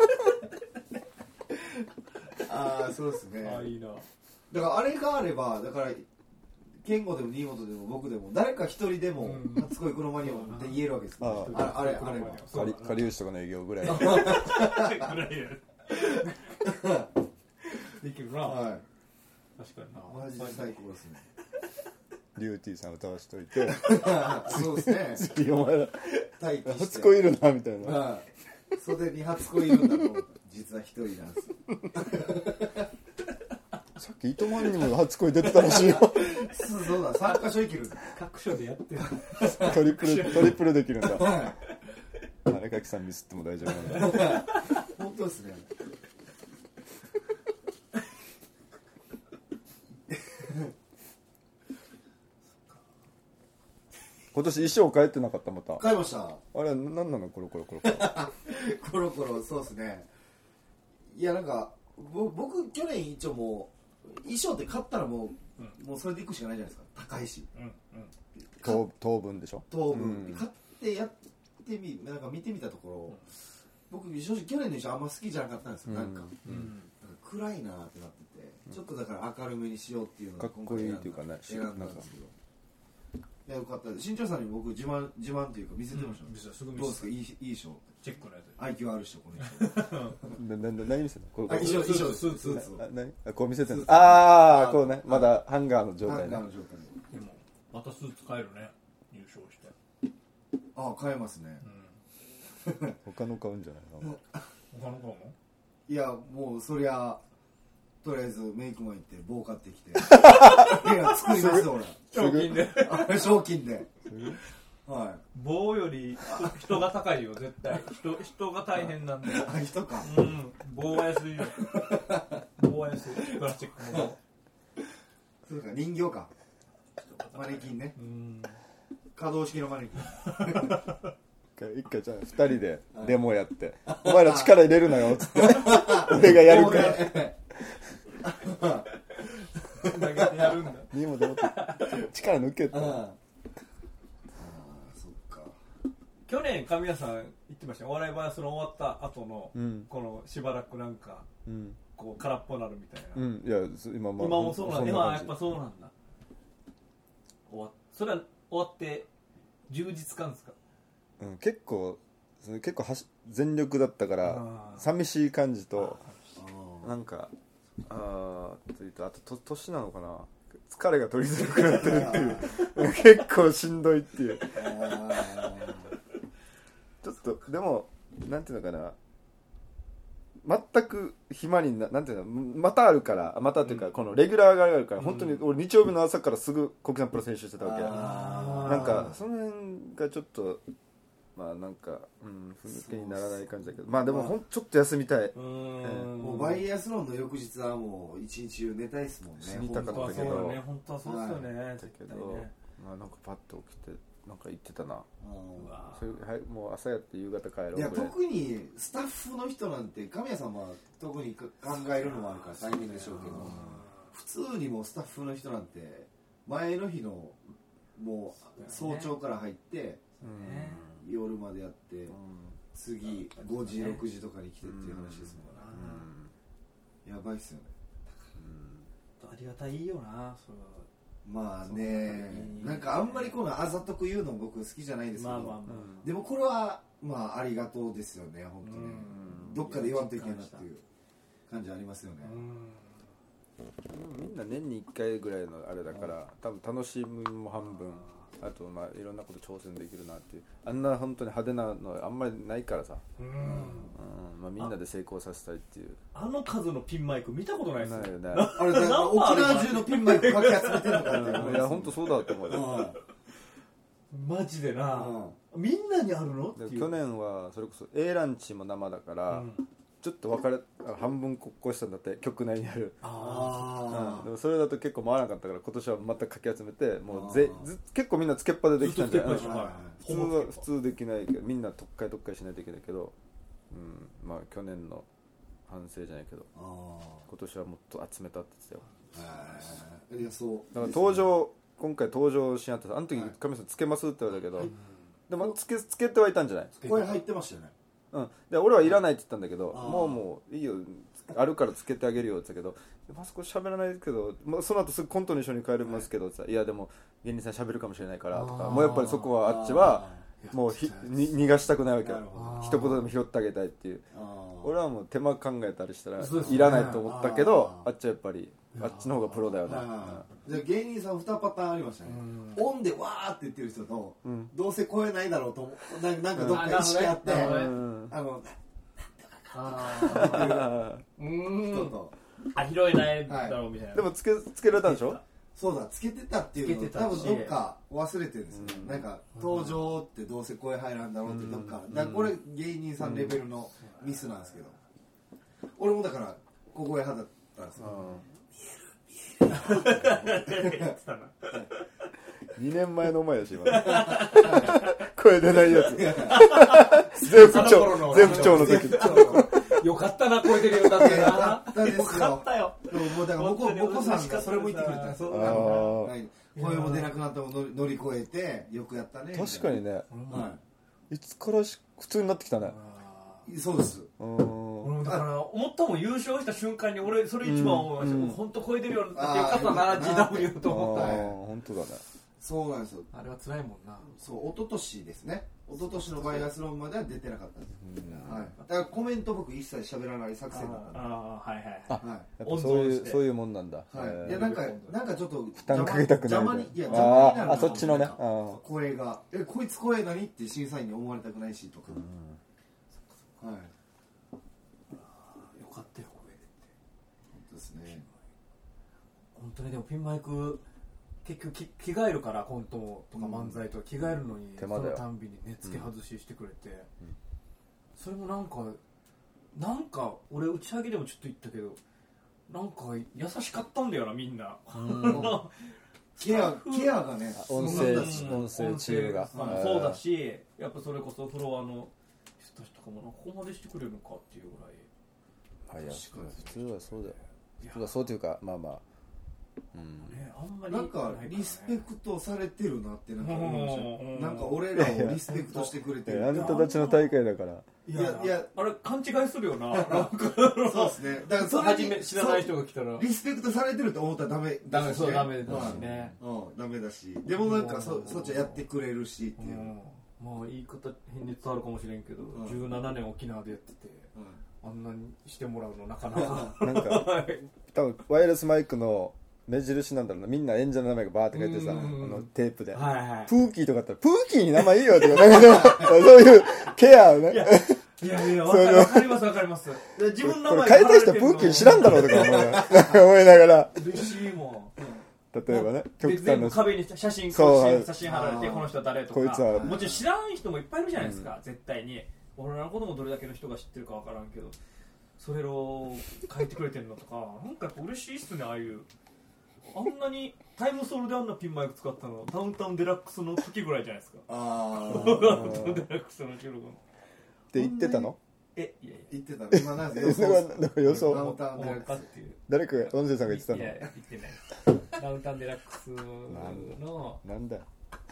そうですね。 いいな。 だからあれがあればだから健吾でも新本でも僕でも誰か一人でも初恋クロマニオンって言えるわけです。あれはかりゆしとかの営業ぐらい。 できるな。はい。確かにな。 マジで最高ですね。 リューティーさん歌わしといて。 そうですね。 次お前ら初恋いるなみたいな。 袖に初恋いるんだと実は一人なんです。 さっき糸満にも初恋出てたらしいよ。 そうだ、3カ所いける。 各所でやってる。 トリプルできるんだ。荒垣さんミスっても大丈夫なんだ。 本当ですね。 今年衣装変えてなかった？また変えました。 あれ何なの？コロコロそうですね。いやなんか僕去年一応もう衣装って買ったらもうそれでいくしかないじゃないですか。高いし、 当分でしょ。 当分、買ってやってなんか見てみたところ、僕正直去年の衣装あんま好きじゃなかったんですよ。なんか暗いなってなってて、ちょっとだから明るめにしようっていうのがかっこいいっていうかね、 選んだんですけど。いやよかったです。新庄さんに僕自慢っていうか見せてましたね。どうですか、いい衣装。 チェックのやつ。 IQ ある人この人。何見せるの？ 衣装スーツ。 こう見せてる。ああこうね、まだハンガーの状態ね。 でもまたスーツ買えるね。優勝して。 買えますね。 他の買うんじゃないの？ 他の買うの？ いやもうそりゃ。とりあえずメイクマン行って棒買ってきていや作りますよ俺。賞金ではい。 棒より人が高いよ絶対。人が大変なんだよ。 人か。 棒は安いよ。棒は安い。プラスチックの棒。 そうか、人形か。マネキンね。可動式のマネキン。 一回じゃあ2人でデモやってお前ら力入れるなよっつって俺がやるから投げてやるんだ。 にもでも力抜けって前神谷さん言ってました、お笑いバイアスロン終わった後の、このしばらくなんか、こう空っぽなるみたいな。 いや今もそうなんだ。今やっぱそうなんだ。それは終わって充実感ですか？ 結構全力だったから寂しい感じと、なんかあと年なのかな、疲れが取りづらくなってるっていう結構しんどいっていうちょっとでもなんていうのかな、全く暇になんていうの、またあるからまたっていうか、このレギュラーがあるから、本当に俺日曜日の朝からすぐ国産プロ選手してたわけ。なんかその辺がちょっとまあなんかふぬけにならない感じだけど、まあでもちょっと休みたい。 もうバイアスロンの翌日はもう一日中寝たいですもんね。 死にたかったけど、 本当はそうですよね。 だけどまあなんかパッと起きてなんか言ってたな。それもう朝やって夕方帰ろう。 いや特にスタッフの人なんて神谷さんは特に考えるのもあるから大変でしょうけど、普通にもうスタッフの人なんて前の日のもう早朝から入って、夜までやって、次5時6時とかに来てっていう話ですもんね。やばいっすよね。 ありがたいよなそれは。 まあね、なんかあんまりこのあざとく言うの僕好きじゃないですけど、でもこれはまあありがとうですよね、本当に。どっかで言わんといけないなっていう感じありますよね。 みんな年に1回ぐらいのあれだから、多分楽しみも半分、あとまあいろんなこと挑戦できるなっていう、あんな本当に派手なのあんまりないからさ、まあ、みんなで成功させたいっていう。 あの数のピンマイク見たことないですよ。 ないよね。 あれだから沖縄中のピンマイクかき集めてるのかって。 いや本当そうだと思うよ。 マジでな、みんなにあるのっていう。 去年はそれこそ A ランチも生だから、ちょっと半分こっこしたんだって、局内にある。でもそれだと結構回らなかったから、今年はまたかき集めて、もう結構みんなつけっぱでできたんじゃない。普通できないけど、みんな特会しないといけないけど、まあ去年の反省じゃないけど、今年はもっと集めたって言ってたよ。 いやそうだから今回登場しなかった。あの時神さんつけますって言われたけど、でもつけてはいたんじゃない？ 声入ってましたよね。 で俺はいらないって言ったんだけど、もういいよ、あるからつけてあげるよって言ったけど、あそこ喋らないけど、その後すぐコントに一緒に帰れますけどさ、いやでも芸人さん喋るかもしれないからとか、もうやっぱりそこはあっちはもう逃がしたくないわけよ。一言でも拾ってあげたいっていう。俺はもう手間考えたりしたらいらないと思ったけど、あっちはやっぱりあっちの方がプロだよね。 じゃあ芸人さん2パターンありましたね。オンでわーって言ってる人と、どうせ超えないだろうとなんかどっか意識あって拾えないだろうみたいな。 でもつけられたんでしょ？ そうだ、つけてたっていうの多分どっか忘れてるんですよ。なんか登場ってどうせ声入らんだろうってどっか、だからこれ芸人さんレベルのミスなんですけど、俺もだから小声派だったんですよ。 2年前のお前やし今声出ないやつ全部長の時よかったな、声出るようになってな。 よかったよ。 もうだからモコさんがそれも言ってくれたんですよ。声も出なくなっても乗り越えてよくやったね。 確かにね、いつから普通になってきたね。 そうです。 だから思ったもん、優勝した瞬間に俺それ一番思いました。本当声出るようになってよかったな GW と思った。 本当だね。 そうなんですよ。 あれは辛いもんな。 そう、一昨年ですね。一昨年のバイアスロンまでは出てなかったんです。だからコメント僕一切喋らない作戦だったんで。 やっぱそういうもんなんだ。 いやなんかちょっと負担かけたくない。 邪魔になる。 そっちのね。 声がこいつ声何って審査員に思われたくないしとか。はい。 よかったよ、声でって。 本当ですね。 本当にでもピンマイク結局着替えるから、コントとか漫才とか着替えるのにそのたんびにね付け外ししてくれて、それもなんか俺打ち上げでもちょっと言ったけど、なんか優しかったんだよな、みんな。 ケアがね、 音声チームがそうだし、やっぱそれこそフロアの人たちとかもここまでしてくれるのかっていうぐらい。 いや普通はそうだよ。普通はそうというか、まあまああんまりなんかリスペクトされてるなってなんか思いました。なんか俺らをリスペクトしてくれてる。 あなたたちの大会だから。 いやあれ勘違いするよな。 そうですね。 だからそれに知らない人が来たらリスペクトされてると思ったらダメだしね。 ダメだしね。 ダメだし。でもなんかそっちはやってくれるしっていう。 まあ言い方変に伝わるかもしれんけど、17年沖縄でやってて、あんなにしてもらうのなかなか。 なんか多分ワイヤレスマイクの目印なんだろうな。みんな演者の名前がバーって書いてさ、テープで、プーキーとかあったらプーキーに名前いいよとか、なんかそういうケアをね。 いやわかりますわかります。自分の名前変えた人プーキー知らんだろうとか思いながら。 嬉しいもん。 例えばね、 全部壁に写真貼られて、この人は誰とか、もちろん知らん人もいっぱいいるじゃないですか、絶対に。俺らのこともどれだけの人が知ってるかわからんけど、それを書いてくれてるのとか、なんかやっぱ嬉しいっすね。ああいうあんなにタイムソールであんなピンマイク使ったのダウンタウンデラックスの時ぐらいじゃないですか。ダウンタウンデラックスの収録って言ってたの？ いや言ってたの。今なんか予想。 ダウンタウンデラックスっていう。 誰か音声さんが言ってたの？ いや言ってない。ダウンタウンデラックスのなんだよ。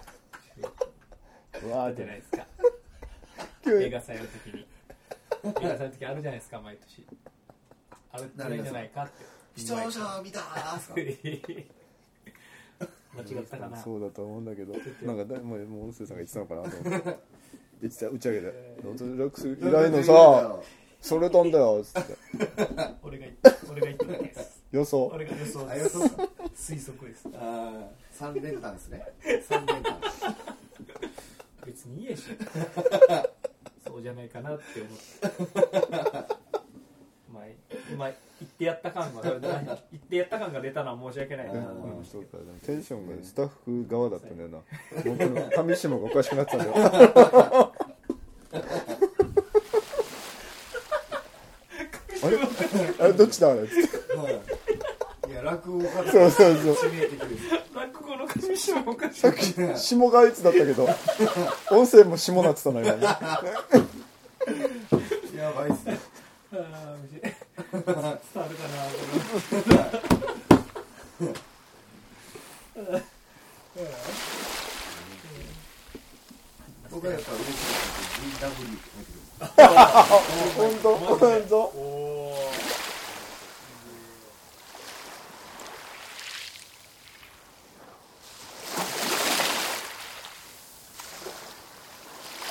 うわーじゃないですか。映画祭の時に。映画祭の時あるじゃないですか、毎年。あれじゃないかって。 視聴者見たー。 間違ったかな。 そうだと思うんだけど、なんかもう音声さんが言ってたのかなと思って。言ってた、打ち上げで。ダウンタウンデラックス依頼のさ、それ飛んだよっつって。 俺が言っただけです。 予想。 俺が予想です。 推測です。 3連単ですね。3連単。 別にいいでしょ。そうじゃないかなって思って。今言ってやった感が出たのは申し訳ないなと思いましたけど。 テンションがスタッフ側だったんだよな。僕の上下がおかしくなってたんだよ。あれどっちだあれっつって。 いや落語家そう落語の上下もおかしい。 下があいつだったけど音声も下なってたのよ。やばいっすね。 伝わるかな。 僕はやっぱ嬉しいのは VW って書いてくる。 本当。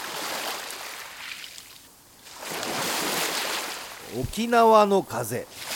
沖縄の風。